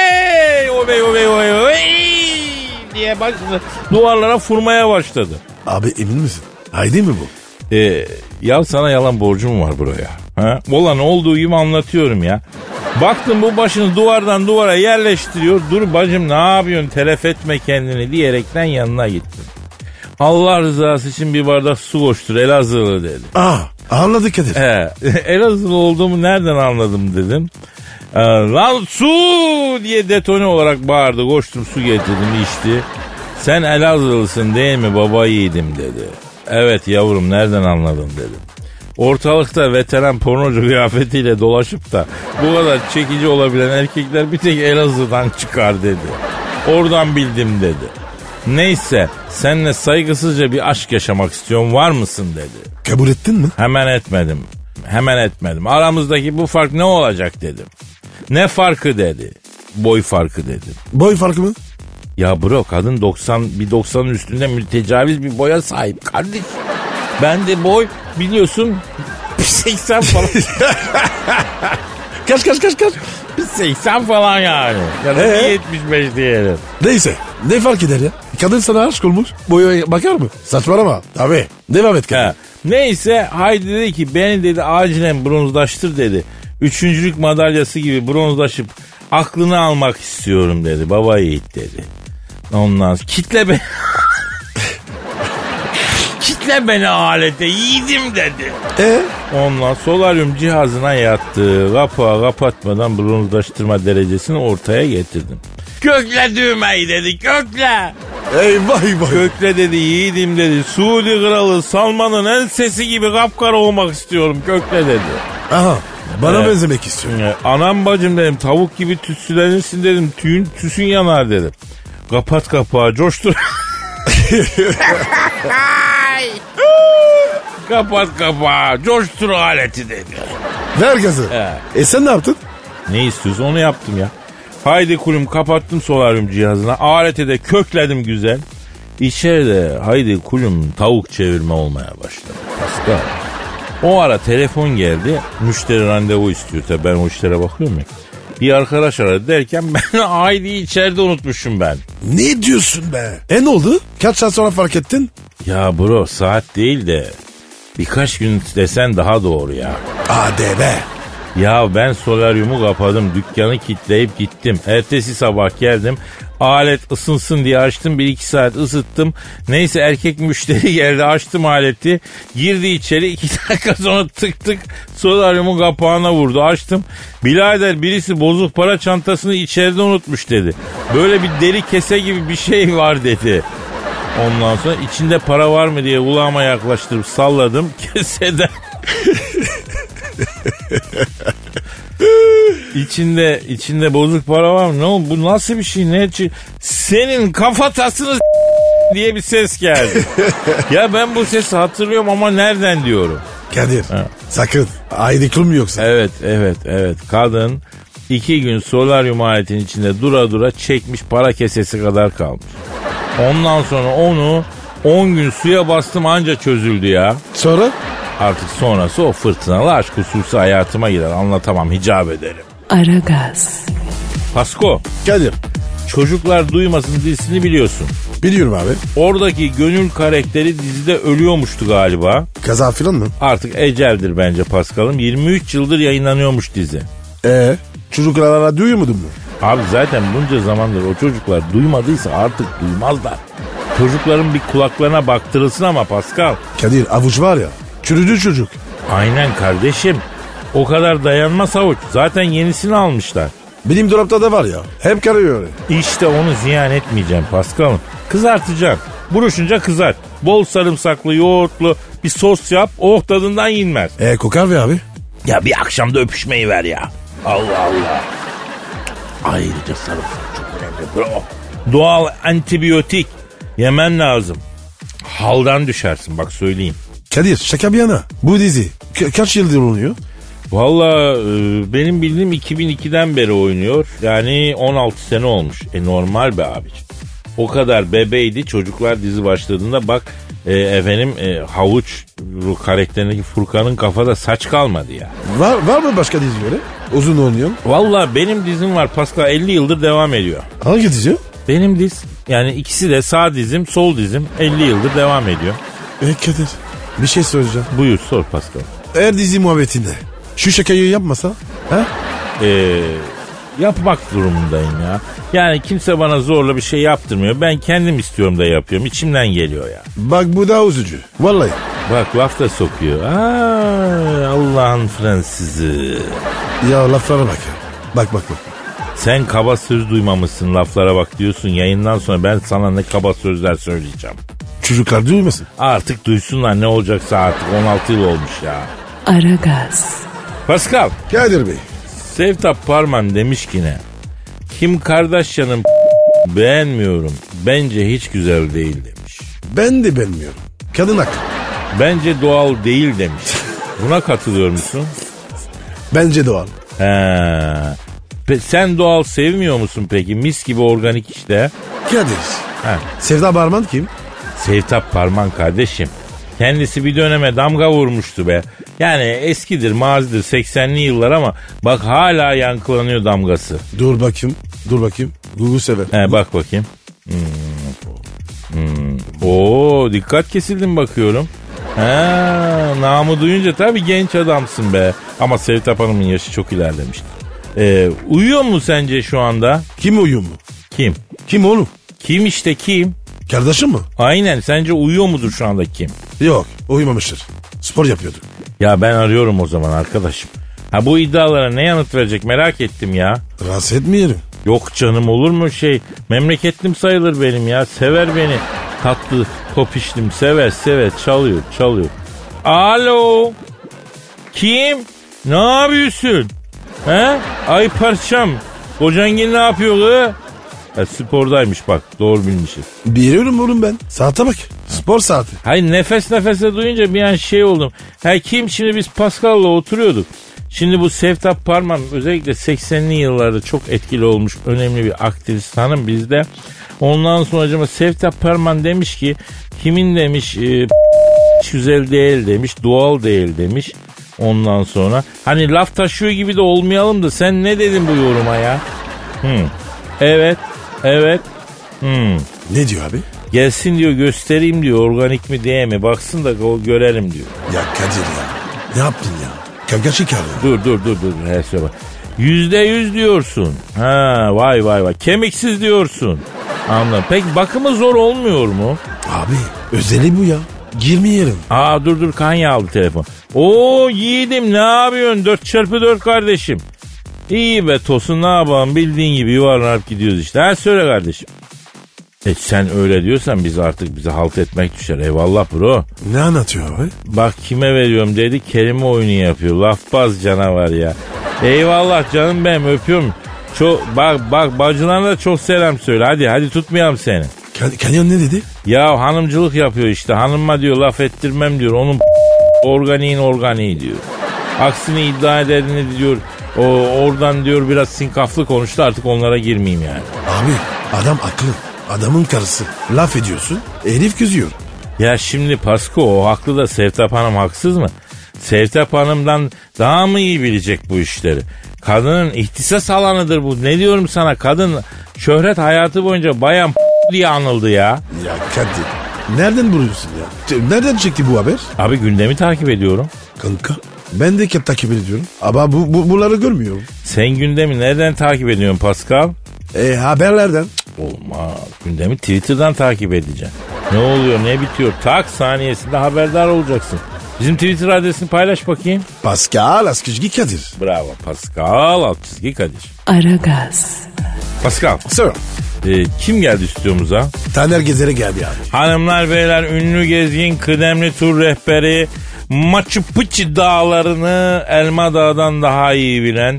Ovey diye başladı. Duvarlara vurmaya başladı. Abi emin misin? Heidi mi bu? Ya sana yalan borcum var buraya. Ha? Olan olduğu gibi anlatıyorum ya. Baktım bu başını duvardan duvara yerleştiriyor. Dur bacım, ne yapıyorsun, telef etme kendini diyerekten yanına gittim. Allah rızası için bir bardak su koştur, Elazığlı dedi. Anladık Kadir. Elazığlı olduğumu nereden anladım dedim. Lan su diye detone olarak bağırdı. Koştum su getirdim içti. Sen Elazığlısın değil mi baba yiğidim dedi. Evet yavrum nereden anladın dedim. Ortalıkta veteran pornocu kıyafetiyle dolaşıp da bu kadar çekici olabilen erkekler bir tek Elazığ'dan çıkar dedi. Oradan bildim dedi. Neyse seninle saygısızca bir aşk yaşamak istiyorum var mısın dedi. Kabul ettin mi? Hemen etmedim. Aramızdaki bu fark ne olacak dedim. Ne farkı dedi. Boy farkı dedim. Boy farkı mı? Ya bro kadın 90'ın üstünde mütecaviz bir boya sahip kardeş. Ben de boy biliyorsun 80 falan. Kaç. 80 falan yani. Ya da 75 diyelim. Neyse ne fark eder ya? Kadın sana aşık olmuş. Boya bakar mı? Saçmalama. Tabii. Devam et kadın. Neyse Haydi dedi ki beni dedi acilen bronzlaştır dedi. Üçüncülük madalyası gibi bronzlaşıp aklını almak istiyorum dedi. Baba yiğit dedi. Ondan sonra kitle beni. Kitle beni alete yiğidim dedi. Ondan solaryum cihazına yattı. Kapağı kapatmadan bronzlaştırma derecesini ortaya getirdim. Kökle düğmeyi dedi kökle. Eyvah. Kökle dedi yiğidim dedi. Suudi kralı Salman'ın en sesi gibi kapkara olmak istiyorum kökle dedi. Aha bana benzemek istiyorum. Anam bacım dedim tavuk gibi tütsülenirsin dedim. Tüsün yanar dedim. Kapat kapağı coştur. Kapat kapağı coştur aleti dedi. Ver gazı. Sen ne yaptın? Ne istiyorsun onu yaptım ya. Haydi kulüm kapattım solaryum cihazına. Alete de kökledim güzel. İçeride haydi kulüm tavuk çevirme olmaya başladı. Pascal. O ara telefon geldi. Müşteri randevu istiyor. Tabii ben o işlere bakıyorum ya. Bir arkadaş aradı derken ben Haydi'yi içeride unutmuşum ben. Ne diyorsun be? Ne oldu? Kaç saat sonra fark ettin? Ya bro saat değil de birkaç gün desen daha doğru ya. Hadi be. Ya ben solaryumu kapadım, dükkanı kilitleyip gittim. Ertesi sabah geldim, alet ısınsın diye açtım, 1-2 saat ısıttım. Neyse erkek müşteri geldi, açtım aleti, girdi içeri, 2 dakika sonra tık solaryumun kapağına vurdu, açtım. Birader birisi bozuk para çantasını içeride unutmuş dedi. Böyle bir deri kese gibi bir şey var dedi. Ondan sonra içinde para var mı diye kulağıma yaklaştırıp salladım, keseden... İçinde bozuk para var mı? Ne oldu? Bu nasıl bir şey? Ne? Senin kafatasını diye bir ses geldi. Ya ben bu sesi hatırlıyorum ama nereden diyorum? Kadir sakın. Aydıklı mı yoksa? Evet. Kadın 2 gün solaryum aletinin içinde dura çekmiş para kesesi kadar kalmış. Ondan sonra onu 10 gün suya bastım anca çözüldü ya. Sonra? Artık sonrası o fırtınalı aşk hususi hayatıma girer. Anlatamam, hicap ederim. Aragaz. Pasko. Kadir. Çocuklar Duymasın dizisini biliyorsun. Biliyorum abi. Oradaki Gönül karakteri dizide ölüyormuştu galiba. Kaza filan mı? Artık eceldir bence Paskal'ım. 23 yıldır yayınlanıyormuş dizi. Çocuklara duymadın mı? Abi zaten bunca zamandır o çocuklar duymadıysa artık duymazlar. Çocukların bir kulaklarına baktırılsın ama Paskal. Kadir avuç var ya çürüdü çocuk. Aynen kardeşim. O kadar dayanmaz avuç. Zaten yenisini almışlar. Benim dolapta da var ya. Hem karıyor. İşte onu ziyan etmeyeceğim Paskal'ım. Kızartacağım. Buruşunca kızart. Bol sarımsaklı, yoğurtlu bir sos yap. Oh tadından yenmez. Kokar be abi. Ya bir akşamda öpüşmeyi ver ya. Allah Allah. Ayrıca sarımsak çok önemli bro. Doğal antibiyotik. Yemen lazım. Haldan düşersin bak söyleyeyim. Kadir şaka bir yana. Bu dizi kaç yıldır oluyor? Valla benim bildiğim 2002'den beri oynuyor. Yani 16 sene olmuş. Normal be abiciğim. O kadar bebeydi çocuklar dizi başladığında bak Havuç karakterindeki Furkan'ın kafada saç kalmadı ya. Var mı başka dizi öyle? Uzun oynuyor. Valla benim dizim var Pascal 50 yıldır devam ediyor. Hangi dizi? Benim diz yani ikisi de sağ dizim sol dizim 50 yıldır devam ediyor. Kadir bir şey soracağım. Buyur sor Pascal. Her dizi muhabbetinde şu şakayı yapmasa yapmak durumundayım ya. Yani kimse bana zorla bir şey yaptırmıyor. Ben kendim istiyorum da yapıyorum. İçimden geliyor ya. Bak bu da üzücü. Vallahi. Bak laf da sokuyor. Allah'ın Fransızı. Ya laflara bak ya. Bak. Sen kaba söz duymamışsın, laflara bak diyorsun. Yayından sonra ben sana ne kaba sözler söyleyeceğim. Çocuklar duymasın. Artık duysunlar, ne olacaksa artık, 16 yıl olmuş ya. Aragaz, Pascal, Kadir Bey. Sevtap Parman demiş ki ne? Kim Kardashian'ın beğenmiyorum. Bence hiç güzel değil demiş. Ben de beğenmiyorum. Kadın haklı. Bence doğal değil demiş. Buna katılıyor musun? Bence doğal. He. Sen doğal sevmiyor musun peki? Mis gibi organik işte. Kadir. He. Sevda Barman kim? Sevtap Parman kardeşim. Kendisi bir döneme damga vurmuştu be. Yani eskidir, mazidir, 80'li yıllar ama bak hala yankılanıyor damgası. Dur bakayım. Google sever. He, bak bakayım. Oo, dikkat kesildim bakıyorum. Ha, namı duyunca tabii genç adamsın be. Ama Sevtap Hanım'ın yaşı çok ilerlemiş. Uyuyor mu sence şu anda? Kim uyuyor mu? Kim? Kim oğlum? Kim işte, kim? Kardeşim mi? Aynen, sence uyuyor mudur şu anda kim? Yok, uyumamıştır. Spor yapıyordu. Ya ben arıyorum o zaman arkadaşım. Ha, bu iddialara ne yanıt verecek merak ettim ya. Rahatsız etmeyelim. Yok canım, olur mu şey? Memleketlim sayılır benim ya. Sever beni. Tatlı popişlim, sever çalıyor. Alo. Kim? Ne yapıyorsun? He? Ay parçam. Kocangil ne yapıyor kız? Spordaymış bak, doğru bilmişiz. Biliyorum oğlum ben. Saate bak. Spor saati. Hayır, nefes nefese duyunca bir an şey oldum. Kim, şimdi biz Pascal'la oturuyorduk. Şimdi bu Sevtap Parman özellikle 80'li yıllarda çok etkili olmuş önemli bir aktrist hanım bizde. Ondan sonra acaba Sevtap Parman demiş ki kimin demiş güzel değil demiş, doğal değil demiş. Ondan sonra hani laf taşıyor gibi de olmayalım da sen ne dedin bu yoruma ya? Evet. Ne diyor abi? Gelsin diyor, göstereyim diyor, organik mi diye mi baksın da görelim diyor. Ya Kadir ya. Ne yaptın ya? Kavga çıkar ya. Dur. Her şey bak. %100 diyorsun. Ha, vay. Kemiksiz diyorsun. Anladım. Peki bakımı zor olmuyor mu? Abi özeli bu ya. Girmeyelim. Dur Kanya aldı telefon. Oo yiğidim, ne yapıyorsun? 4x4 kardeşim. İyi be Tosun, ne yapalım, bildiğin gibi yuvarlanıp gidiyoruz işte. Ha, söyle kardeşim. Sen öyle diyorsan biz artık bize halt etmek düşer. Eyvallah bro. Ne anlatıyor abi? Bak kime veriyorum dedi, kelime oyunu yapıyor. Lafbaz canavar ya. Eyvallah canım benim, öpüyorum. Bak bacılarına da çok selam söyle. Hadi tutmayalım seni. Kanyon ne dedi? Ya hanımcılık yapıyor işte. Hanıma diyor laf ettirmem diyor. Onun organiği diyor. Aksini iddia ederini diyor. Oradan diyor biraz sinkaflı konuştu, artık onlara girmeyeyim yani. Abi adam aklı. Adamın karısı. Laf ediyorsun. Herif kızıyor. Ya şimdi Pasko, o haklı da Sevtap Hanım haksız mı? Sevtap Hanım'dan daha mı iyi bilecek bu işleri? Kadının ihtisas alanıdır bu. Ne diyorum sana, kadın şöhret hayatı boyunca bayan diye anıldı ya. Ya Kadir, nereden buluyorsun ya? Nereden çıktı bu haber? Abi gündemi takip ediyorum. Kanka ben de takip ediyorum. Ama bunları görmüyorum. Sen gündemi nereden takip ediyorsun Pascal? Haberlerden. Olmaz. Gündemi Twitter'dan takip edeceksin. Ne oluyor ne bitiyor tak saniyesinde haberdar olacaksın. Bizim Twitter adresini paylaş bakayım. Pascal Askizgi Kadir. Bravo Pascal Askizgi Kadir. Aragaz, Pascal. Sir. Kim geldi stüdyomuza? Taner Gezer'e geldi abi. Hanımlar beyler, ünlü gezgin, kıdemli tur rehberi, Machu Picchu dağlarını Elma Dağ'dan daha iyi bilen,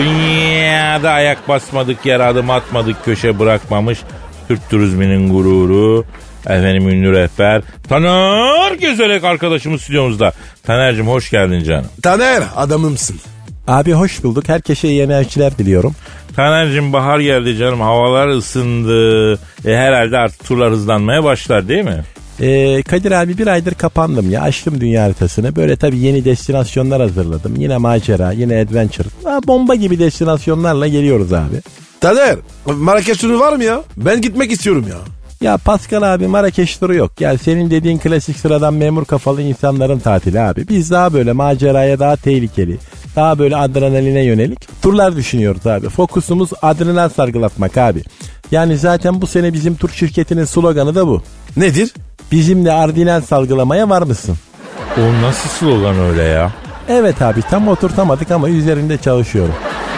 dünyada ayak basmadık yer, adım atmadık köşe bırakmamış Türk turizminin gururu, efendim ünlü rehber Taner Gezelek arkadaşımız stüdyomuzda. Taner'cim hoş geldin canım. Taner adamımsın. Abi hoş bulduk. Herkese iyi enerjiler diliyorum. Taner'cim bahar geldi canım, havalar ısındı. Herhalde artık turlar hızlanmaya başlar değil mi? Kadir abi bir aydır kapandım ya. Açtım dünya haritasını. Böyle tabii yeni destinasyonlar hazırladım. Yine macera, yine adventure. Bomba gibi destinasyonlarla geliyoruz abi. Taner Marrakeş turu var mı ya? Ben gitmek istiyorum ya. Ya Pascal abi Marrakeş turu yok. Yani senin dediğin klasik sıradan memur kafalı insanların tatili abi. Biz daha böyle maceraya, daha tehlikeli, daha böyle adrenaline yönelik turlar düşünüyoruz abi. Fokusumuz adrenal salgılatmak abi. Yani zaten bu sene bizim tur şirketinin sloganı da bu. Nedir? Bizimle adrenal salgılamaya var mısın? O nasıl slogan öyle ya? Evet abi, tam oturtamadık ama üzerinde çalışıyorum.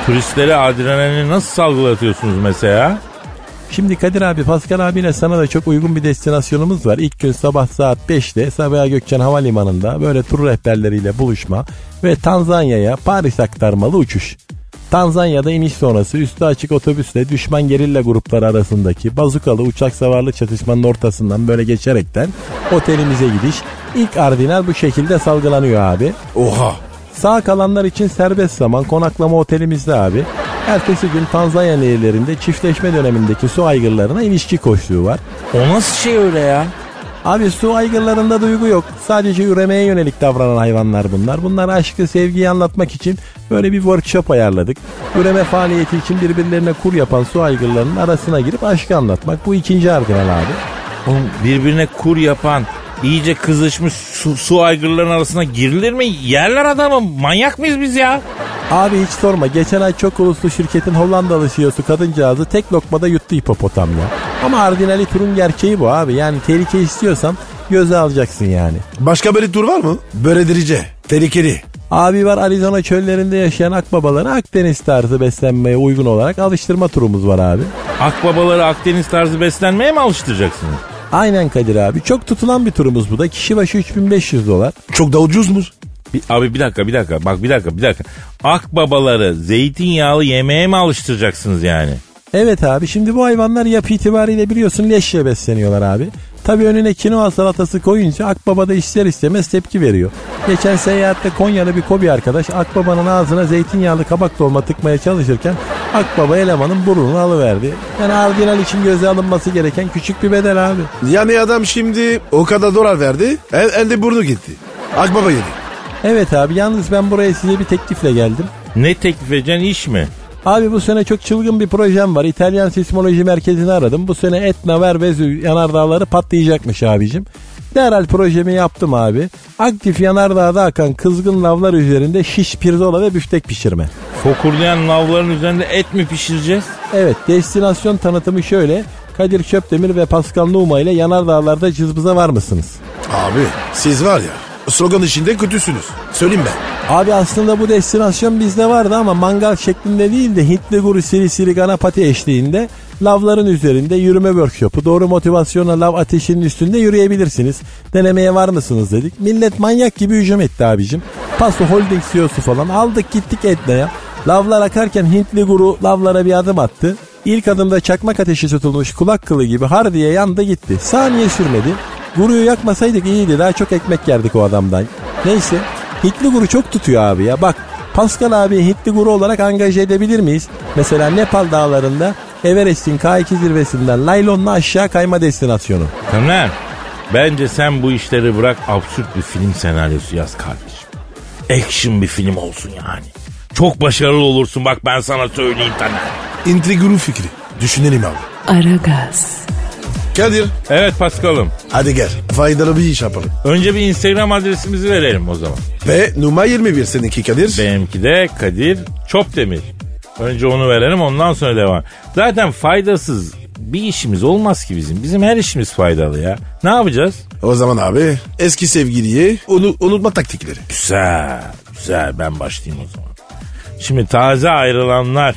turistlere adrenalini nasıl salgılatıyorsunuz mesela? Şimdi Kadir abi, Pascal abiyle sana da çok uygun bir destinasyonumuz var. İlk gün sabah saat 5'te Sabiha Gökçen Havalimanı'nda böyle tur rehberleriyle buluşma ve Tanzanya'ya Paris aktarmalı uçuş. Tanzanya'da iniş sonrası üstü açık otobüsle düşman gerilla grupları arasındaki bazukalı uçak savarlı çatışmanın ortasından böyle geçerekten otelimize gidiş. İlk ardinal bu şekilde salgılanıyor abi. Oha. Sağ kalanlar için serbest zaman konaklama otelimizde abi. Ertesi gün Tanzanya nehirlerinde çiftleşme dönemindeki su aygırlarına ilişki koştuğu var. O nasıl şey öyle ya? Abi su aygırlarında duygu yok. Sadece üremeye yönelik davranan hayvanlar bunlar. Bunlar aşkı, sevgiyi anlatmak için böyle bir workshop ayarladık. Üreme faaliyeti için birbirlerine kur yapan su aygırlarının arasına girip aşkı anlatmak. Bu ikinci ardinal abi. Oğlum birbirine kur yapan, iyice kızışmış su aygırlarının arasına girilir mi? Yerler adamı. Manyak mıyız biz ya? Abi hiç sorma. Geçen ay çok uluslu şirketin Hollandalı CEO'su kadıncağızı tek lokmada yuttu hipopotam ya. Ama ardinali turun gerçeği bu abi. Yani tehlike istiyorsan göze alacaksın yani. Başka böyle tur var mı? Böyle dirice, tehlikeli. Abi var, Arizona çöllerinde yaşayan akbabaları Akdeniz tarzı beslenmeye uygun olarak alıştırma turumuz var abi. Akbabaları Akdeniz tarzı beslenmeye mi alıştıracaksınız? Aynen Kadir abi. Çok tutulan bir turumuz bu da. Kişi başı $3.500. Çok da ucuz mu? Abi bir dakika. Bak bir dakika. Akbabaları zeytinyağlı yemeğe mi alıştıracaksınız yani? Evet abi, şimdi bu hayvanlar yapı itibariyle biliyorsun leşle besleniyorlar abi. Tabii önüne kinoa salatası koyunca akbaba da ister istemez tepki veriyor. Geçen seyahatte Konyalı bir kobi arkadaş akbabanın ağzına zeytinyağlı kabak dolma tıkmaya çalışırken akbaba elemanın burnunu alıverdi. Yani ardinal için göze alınması gereken küçük bir bedel abi. Yani adam şimdi o kadar dolar verdi, elde burnu gitti. Akbaba yedi. Evet abi, yalnız ben buraya size bir teklifle geldim. Ne teklif edeceksin, iş mi? Abi bu sene çok çılgın bir projem var. İtalyan Sismoloji Merkezi'ni aradım. Bu sene Etna, Ver, Vezüv yanardağları patlayacakmış abicim. Derhal projemi yaptım abi. Aktif yanardağda akan kızgın lavlar üzerinde şiş, pirzola ve büftek pişirme. Fokurdayan lavların üzerinde et mi pişireceğiz? Evet, destinasyon tanıtımı şöyle. Kadir Çöpdemir ve Pascal Numa ile yanardağlarda cızbıza var mısınız? Abi siz var ya, slogan içinde kötüsünüz. Söyleyeyim ben. Abi aslında bu destinasyon bizde vardı ama mangal şeklinde değil de Hintli guru siri ganapati eşliğinde lavların üzerinde yürüme workshopu. Doğru motivasyonla lav ateşinin üstünde yürüyebilirsiniz. Denemeye var mısınız dedik. Millet manyak gibi hücum etti abicim. Paso Holding CEO'su falan aldık gittik Etna'ya. Lavlar akarken Hintli guru lavlara bir adım attı. İlk adımda çakmak ateşi tutulmuş kulak kılı gibi har diye yandı gitti. Saniye sürmedi. Guruyu yakmasaydık iyiydi, daha çok ekmek yerdik o adamdan. Neyse, Hintli guru çok tutuyor abi ya. Bak, Pascal abi Hintli guru olarak angaje edebilir miyiz? Mesela Nepal dağlarında Everest'in K2 zirvesinden laylonla aşağı kayma destinasyonu. Taner, bence sen bu işleri bırak, absürt bir film senaryosu yaz kardeşim. Action bir film olsun yani. Çok başarılı olursun, bak ben sana söyleyeyim Taner. İntriguru fikri. Düşünelim abi. Aragaz. Kadir. Evet Paskal'ım. Hadi gel. Faydalı bir iş yapalım. Önce bir Instagram adresimizi verelim o zaman. Ve numara 21 seninki Kadir. Benimki de Kadir Çopdemir. Önce onu verelim, ondan sonra devam. Zaten faydasız bir işimiz olmaz ki bizim. Bizim her işimiz faydalı ya. Ne yapacağız? O zaman abi eski sevgiliyi unutma taktikleri. Güzel, ben başlayayım o zaman. Şimdi taze ayrılanlar,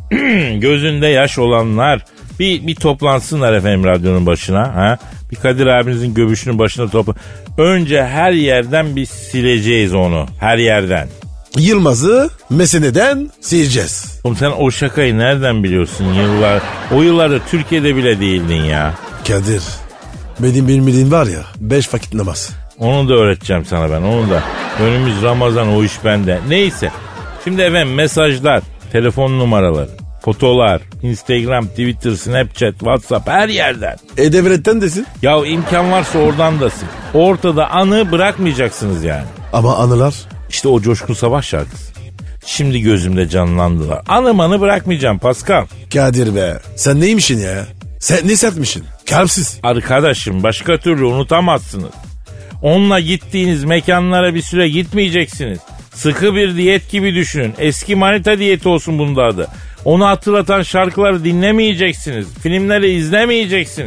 gözünde yaş olanlar bir toplansınlar efendim radyonun başına. Ha? Bir Kadir abinizin göbüşünün başına toplan. Önce her yerden bir sileceğiz onu. Her yerden. Yılmaz'ı meseneden sileceğiz. Oğlum sen o şakayı nereden biliyorsun yıllar? O yıllarda Türkiye'de bile değildin ya. Kadir, benim bilmediğim var ya 5 vakit namaz. Onu da öğreteceğim sana ben, onu da. Önümüz Ramazan, o iş bende. Neyse. Şimdi efendim mesajlar, telefon numaraları, fotolar, Instagram, Twitter, Snapchat, WhatsApp, her yerden. Devletten desin. Ya imkan varsa oradan dasın. Ortada anı bırakmayacaksınız yani. Ama anılar. İşte o Coşkun Sabah şarkısı. Şimdi gözümde canlandılar. Anı bırakmayacağım Pascal. Kadir be, sen neymişsin ya? Sen ne sertmişsin? Kalpsiz. Arkadaşım, başka türlü unutamazsınız. Onunla gittiğiniz mekanlara bir süre gitmeyeceksiniz. Sıkı bir diyet gibi düşünün. Eski manita diyeti olsun bunda adı. Onu hatırlatan şarkıları dinlemeyeceksiniz. Filmleri izlemeyeceksiniz.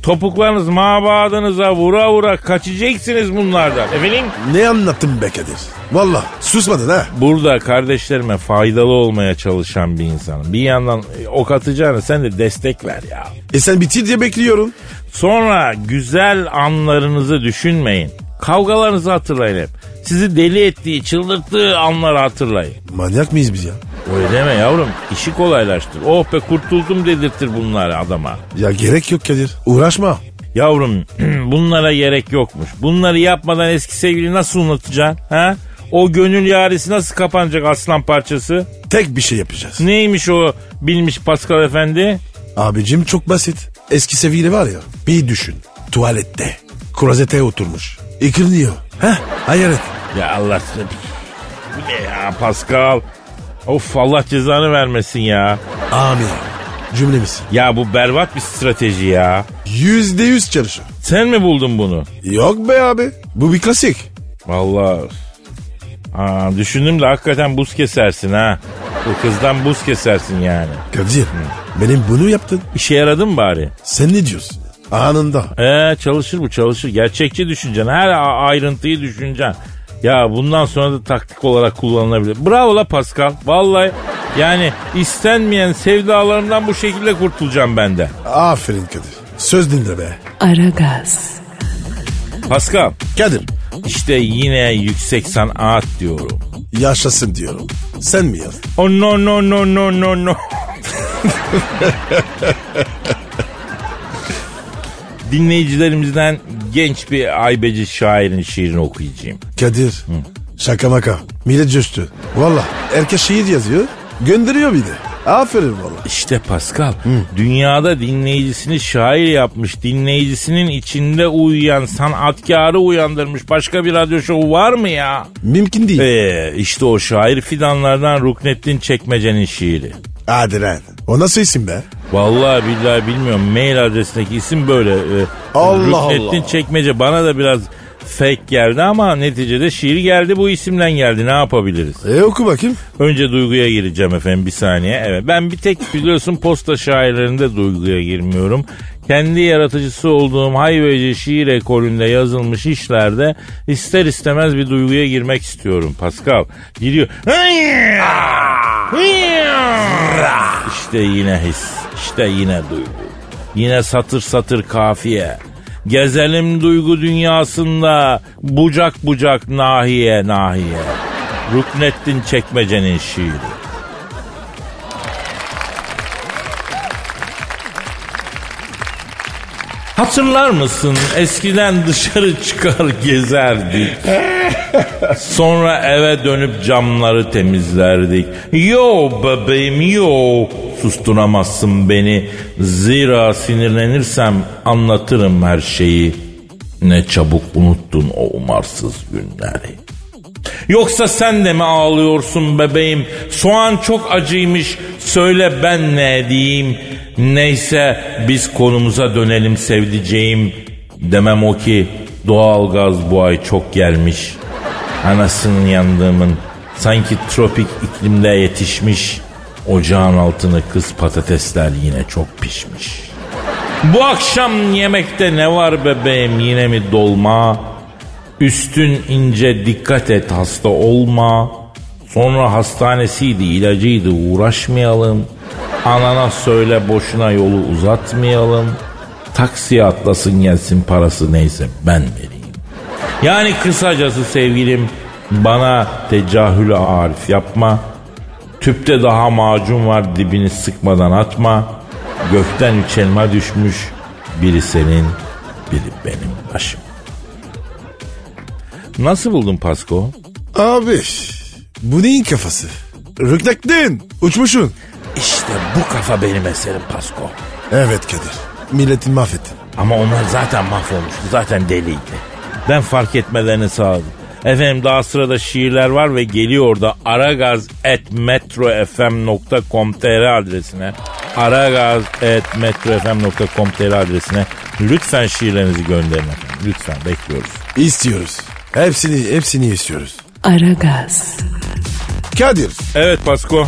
Topuklarınız mabadınıza vura vura kaçacaksınız bunlardan. Efendim? Ne anlattın be Kadir? Valla susmadın ha. Burada kardeşlerime faydalı olmaya çalışan bir insanım. Bir yandan ok atacağına sen de destek ver ya. Sen bitir diye bekliyorum. Sonra güzel anlarınızı düşünmeyin. Kavgalarınızı hatırlayın hep. Sizi deli ettiği, çıldırttığı anları hatırlayın. Manyak mıyız biz ya? Öyle deme yavrum. İşi kolaylaştır. Oh be kurtuldum dedirtir bunlar adama. Ya gerek yok Kadir. Uğraşma. Yavrum bunlara gerek yokmuş. Bunları yapmadan eski sevgili nasıl unutacaksın? Ha? O gönül yarisi nasıl kapanacak aslan parçası? Tek bir şey yapacağız. Neymiş o bilmiş Pascal Efendi? Abicim çok basit. Eski sevgili var ya. Bir düşün. Tuvalette. Klozete oturmuş. İkırlıyor. Heh hayret. Ya Allah size... Bu ne ya Pascal? Of Allah cezanı vermesin ya. Amin. Cümlemiz. Ya bu berbat bir strateji ya. %100 çalışır. Sen mi buldun bunu? Yok be abi. Bu bir klasik. Vallahi... düşündüm de hakikaten buz kesersin ha. Bu kızdan buz kesersin yani. Kadir benim bunu yaptın. İşe yaradı mı bari? Sen ne diyorsun? Anında. Çalışır bu çalışır. Gerçekçi düşüneceksin. Her ayrıntıyı düşüneceksin. Ya bundan sonra da taktik olarak kullanılabilir. Bravo la Pascal. Vallahi yani istenmeyen sevdalarımdan bu şekilde kurtulacağım ben de. Aferin Kadir. Söz dinle be. Aragaz. Pascal. Kadir. İşte yine yüksek sanat diyorum. Yaşasın diyorum. Sen mi yazdın? Oh no no no no no no. Dinleyicilerimizden genç bir Aybeci şairin şiirini okuyacağım. Kadir. Şaka maka. Millet coştu. Valla herkes şiir yazıyor. Gönderiyor bir de. Aferin valla. İşte Pascal, dünyada dinleyicisini şair yapmış, dinleyicisinin içinde uyuyan sanatkarı uyandırmış başka bir radyo şovu var mı ya? Mümkün değil. İşte o şair fidanlardan Ruknettin Çekmece'nin şiiri. Hadi lan. O nasıl isim be? Vallahi billahi bilmiyorum. Mail adresindeki isim böyle. Allah Ruknettin Allah. Çekmece bana da biraz fake geldi ama neticede şiir geldi, bu isimden geldi. Ne yapabiliriz? Oku bakayım. Önce duyguya gireceğim efendim bir saniye. Evet, ben bir tek biliyorsun posta şairlerinde duyguya girmiyorum. Kendi yaratıcısı olduğum Hayveci şiir ekolünde yazılmış işlerde ister istemez bir duyguya girmek istiyorum Pascal. Giriyor. İşte yine his, işte yine duygu. Yine satır satır kafiye. Gezelim duygu dünyasında bucak bucak nahiye nahiye. Ruknettin Çekmece'nin şiiri. Hatırlar mısın? Eskiden dışarı çıkar gezerdik. Sonra eve dönüp camları temizlerdik. Yo bebeğim yo. Susturamazsın beni. Zira sinirlenirsem anlatırım her şeyi. Ne çabuk unuttun o umarsız günleri. Yoksa sen de mi ağlıyorsun bebeğim? Soğan çok acıymış. Söyle ben ne diyeyim? Neyse biz konumuza dönelim sevdiceğim. Demem o ki doğalgaz bu ay çok gelmiş. Anasının yandığımın sanki tropik iklimde yetişmiş. Ocağın altını kız patatesler yine çok pişmiş. Bu akşam yemekte ne var bebeğim, yine mi dolma? Üstün ince dikkat et hasta olma. Sonra hastanesiydi ilacıydı uğraşmayalım. Anana söyle boşuna yolu uzatmayalım. Taksiye atlasın gelsin parası neyse ben vereyim. Yani kısacası sevgilim bana tecahülü arif yapma. Tüpte daha macun var dibini sıkmadan atma. Gökten üç elma düşmüş. Biri senin biri benim başım. Nasıl buldun Pasko? Abi bu neyin kafası? Rüknettin uçmuşsun. İşte bu kafa benim eserim Pasko. Evet Kadir. Milletin mahvettin. Ama onlar zaten mahvolmuştu. Zaten deliydi. Ben fark etmelerini sağladım. Efendim daha sırada şiirler var ve geliyor da aragaz@metrofm.com.tr adresine aragaz@metrofm.com.tr adresine lütfen şiirlerinizi gönderin efendim. Lütfen bekliyoruz. İstiyoruz. Hepsini istiyoruz. Aragaz. Kadir. Evet Pasko.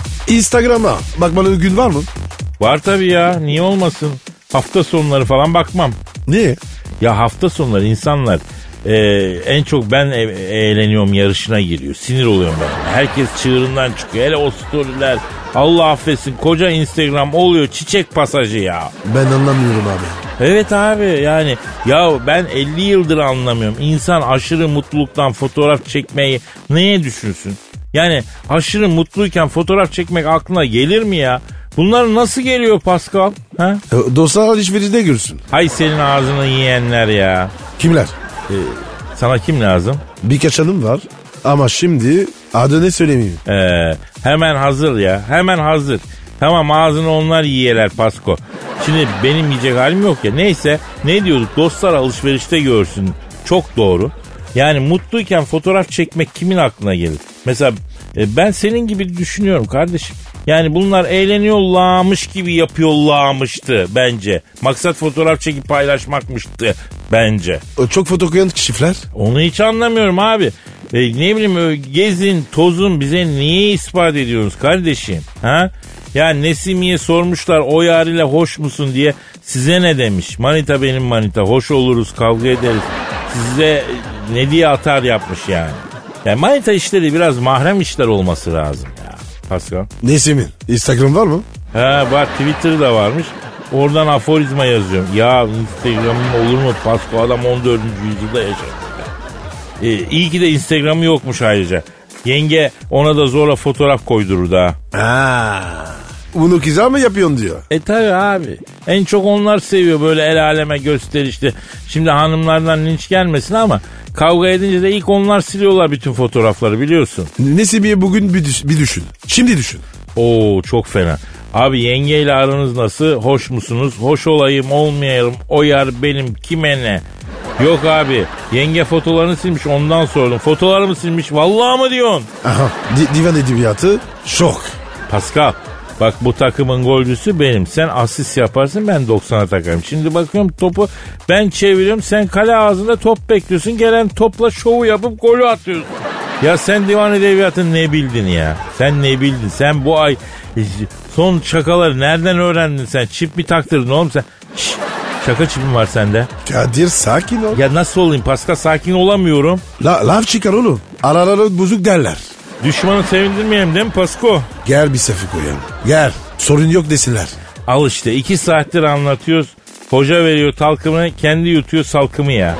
Instagram'a bakmalı gün var mı? Var tabii ya, niye olmasın. Hafta sonları falan bakmam. Niye? Ya hafta sonları insanlar en çok ben eğleniyorum yarışına giriyor. Sinir oluyorum ben. Herkes çığırından çıkıyor. Hele o storyler, Allah affetsin, koca Instagram oluyor çiçek pasajı ya. Ben anlamıyorum abi. Evet abi, yani ya ben 50 yıldır anlamıyorum. İnsan aşırı mutluluktan fotoğraf çekmeyi neye düşünsün? Yani aşırı mutluyken fotoğraf çekmek aklına gelir mi ya? Bunlar nasıl geliyor Pascal? Ha? Dostlar alışverişte görsün. Hay senin ağzını yiyenler ya. Kimler? Sana kim lazım? Birkaç hanım var ama şimdi adını söylemeyeyim. Hemen hazır ya, hemen hazır. Tamam, ağzını onlar yiyeler Pasko. Şimdi benim yiyecek halim yok ya. Neyse, ne diyorduk? Dostlar alışverişte görsün. Çok doğru. Yani mutluyken fotoğraf çekmek kimin aklına gelir? Mesela ben senin gibi düşünüyorum kardeşim. Yani bunlar eğleniyorlarmış gibi yapıyorlarmıştı bence. Maksat fotoğraf çekip paylaşmakmıştı bence. Çok foto koyan çiftler. Onu hiç anlamıyorum abi. Ne bileyim, gezin tozun bize niye ispat ediyorsunuz kardeşim? Ha? Ya Nesimi'ye sormuşlar o yariyle hoş musun diye, size ne demiş? Manita benim manita, hoş oluruz, kavga ederiz. Size ne diye atar yapmış yani. Yani manita işleri biraz mahrem işler olması lazım ya Pascal. Nesimin? Instagram var mı? He var, Twitter'da varmış. Oradan aforizma yazıyorum. Ya Instagram'ın olur mu Pascal, adam 14. yüzyılda yaşamış. İyi ki de Instagram'ı yokmuş ayrıca. Yenge ona da zorla fotoğraf koydurur da. Bunu kızar mı yapıyorsun diyor. Tabi abi. En çok onlar seviyor böyle el aleme gösterişli. Şimdi hanımlardan linç gelmesin ama kavga edince de ilk onlar siliyorlar bütün fotoğrafları, biliyorsun. Nesimiye bugün bir düşün. Şimdi düşün. Oo, çok fena. Abi yengeyle aranız nasıl? Hoş musunuz? Hoş olayım olmayalım. O yar benim kime ne? Yok abi, yenge fotolarını silmiş, ondan sordum. Fotolarımı silmiş, vallahi mı diyorsun? Aha, divan edebiyatı şok. Pascal, bak bu takımın golcüsü benim. Sen asist yaparsın, ben 90'a takarım. Şimdi bakıyorum topu ben çeviriyorum, sen kale ağzında top bekliyorsun. Gelen topla şovu yapıp golü atıyorsun. Ya sen divan edebiyatını ne bildin ya? Sen ne bildin? Sen bu ay son şakaları nereden öğrendin sen? Çip mi taktırdın oğlum sen? Şşş, şaka çipim var sende. Kadir sakin ol. Ya nasıl olayım Pascal, sakin olamıyorum. Laf çıkar oğlum. Araları bozuk derler. Düşmanı sevindirmeyelim değil mi Pasko? Gel bir sefi koyalım. Gel. Sorun yok desinler. Al işte 2 saattir anlatıyoruz. Hoca veriyor talkımını, kendi yutuyor salkımı ya.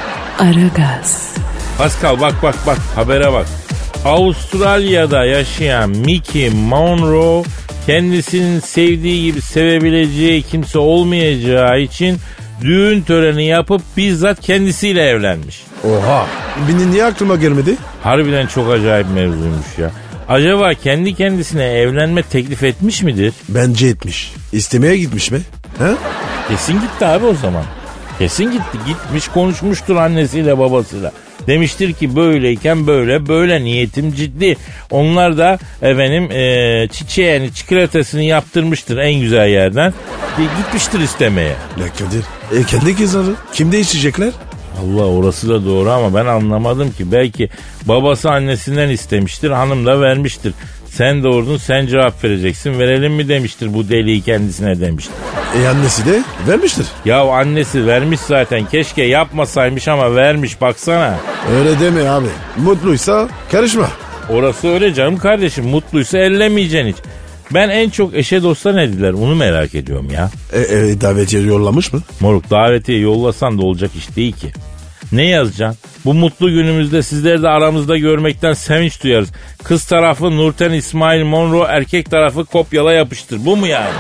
Aragaz. Pascal bak habere bak. Avustralya'da yaşayan Mickey Monroe kendisinin sevdiği gibi sevebileceği kimse olmayacağı için düğün töreni yapıp bizzat kendisiyle evlenmiş. Oha. Benim niye aklıma gelmedi? Harbiden çok acayip mevzuymuş ya. Acaba kendi kendisine evlenme teklif etmiş midir? Bence etmiş. İstemeye gitmiş mi? Ha? Kesin gitti abi o zaman. Kesin gitti. Gitmiş konuşmuştur annesiyle babasıyla. Demiştir ki böyleyken böyle niyetim ciddi. Onlar da efendim çiçeğini çikolatasını yaptırmıştır en güzel yerden. Gitmiştir istemeye. Ya Kadir kendi kızları kimde isteyecekler? Allah, orası da doğru ama ben anlamadım ki. Belki babası annesinden istemiştir, hanım da vermiştir. Sen doğurdun, sen cevap vereceksin. Verelim mi demiştir, bu deliği kendisine demiştir. Annesi de vermiştir. Ya annesi vermiş zaten, keşke yapmasaymış ama vermiş, baksana. Öyle deme abi. Mutluysa karışma. Orası öyle canım kardeşim, mutluysa ellemeyeceksin hiç. Ben en çok eşe dosta ne dediler onu merak ediyorum ya. Davetiye yollamış mı? Moruk, davetiye yollasan da olacak iş değil ki. Ne yazacaksın? Bu mutlu günümüzde sizleri de aramızda görmekten sevinç duyarız. Kız tarafı Nurten İsmail Monroe, erkek tarafı kopyala yapıştır. Bu mu yani?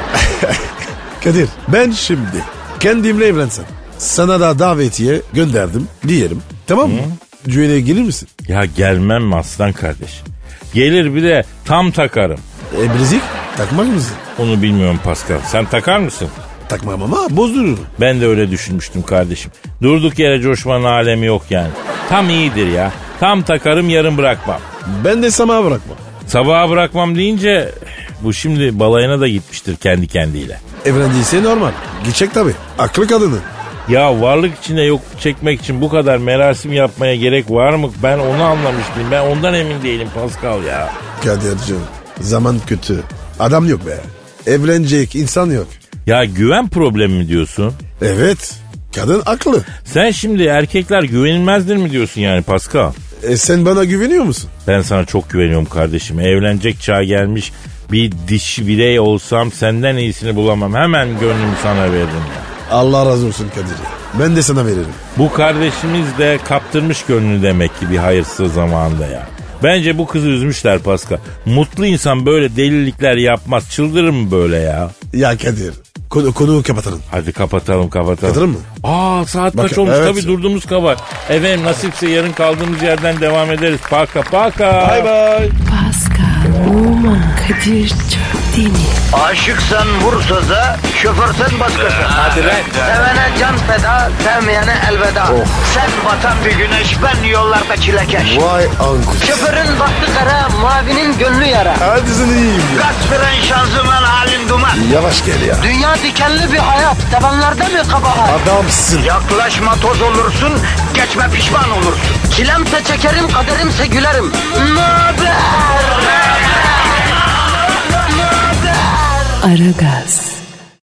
Kadir ben şimdi kendimle evlensem. Sana da davetiye gönderdim diyelim. Tamam mı? Düğüne gelir misin? Ya gelmem mi aslan kardeşim? Gelir, bir de tam takarım. Bilezik takmak mısın? Onu bilmiyorum Pascal. Sen takar mısın? Takmam ama bozdururum. Ben de öyle düşünmüştüm kardeşim. Durduk yere coşmanın alemi yok yani. Tam iyidir ya. Tam takarım, yarın bırakmam. Ben de sabaha bırakmam. Sabaha bırakmam deyince bu şimdi balayına da gitmiştir kendi kendiyle. Evlendiyse normal. Gidecek tabii. Aklı kadını. Ya varlık içinde yokluk çekmek için bu kadar merasim yapmaya gerek var mı? Ben onu anlamıştım. Ben ondan emin değilim Pascal ya. Kadir'cim zaman kötü. Adam yok be. Evlenecek insan yok. Ya güven problemi mi diyorsun? Evet. Kadın haklı. Sen şimdi erkekler güvenilmezdir mi diyorsun yani Pascal? Sen bana güveniyor musun? Ben sana çok güveniyorum kardeşim. Evlenecek çağa gelmiş bir dişi birey olsam senden iyisini bulamam. Hemen gönlümü sana veririm ya. Allah razı olsun Kadir ya. Ben de sana veririm. Bu kardeşimiz de kaptırmış gönlünü demek ki bir hayırsız zamanında ya. Bence bu kızı üzmüşler Pascal. Mutlu insan böyle delilikler yapmaz. Çıldırır mı böyle ya? Ya Kadir konuyu kapatalım. Hadi kapatalım. Kapatalım mı? Saat Bak, kaç olmuş? evet. Tabii durduğumuz kabar. Efendim nasipse yarın kaldığımız yerden devam ederiz. Paka. Bye bye. Pascal, Oman, Kadir çok değil mi? Aşıksan vursa da, şoförsen başkasın. Hadi lan. Sevene can feda, sevmeyene elveda. Sen batan bir güneş, ben yollarda çilekeş. Vay anku. Şoförün baktı kara, mavinin gönlü yara. Hadi sen iyiyim ya. Kasperen şanzıman halin duman. Yavaş gel ya. Dünya dikenli bir hayat, sevenlerde mi kabahar? Adamsın. Yaklaşma toz olursun, geçme pişman olursun. Çilemse çekerim, kaderimse gülerim. Möber! Aragaz.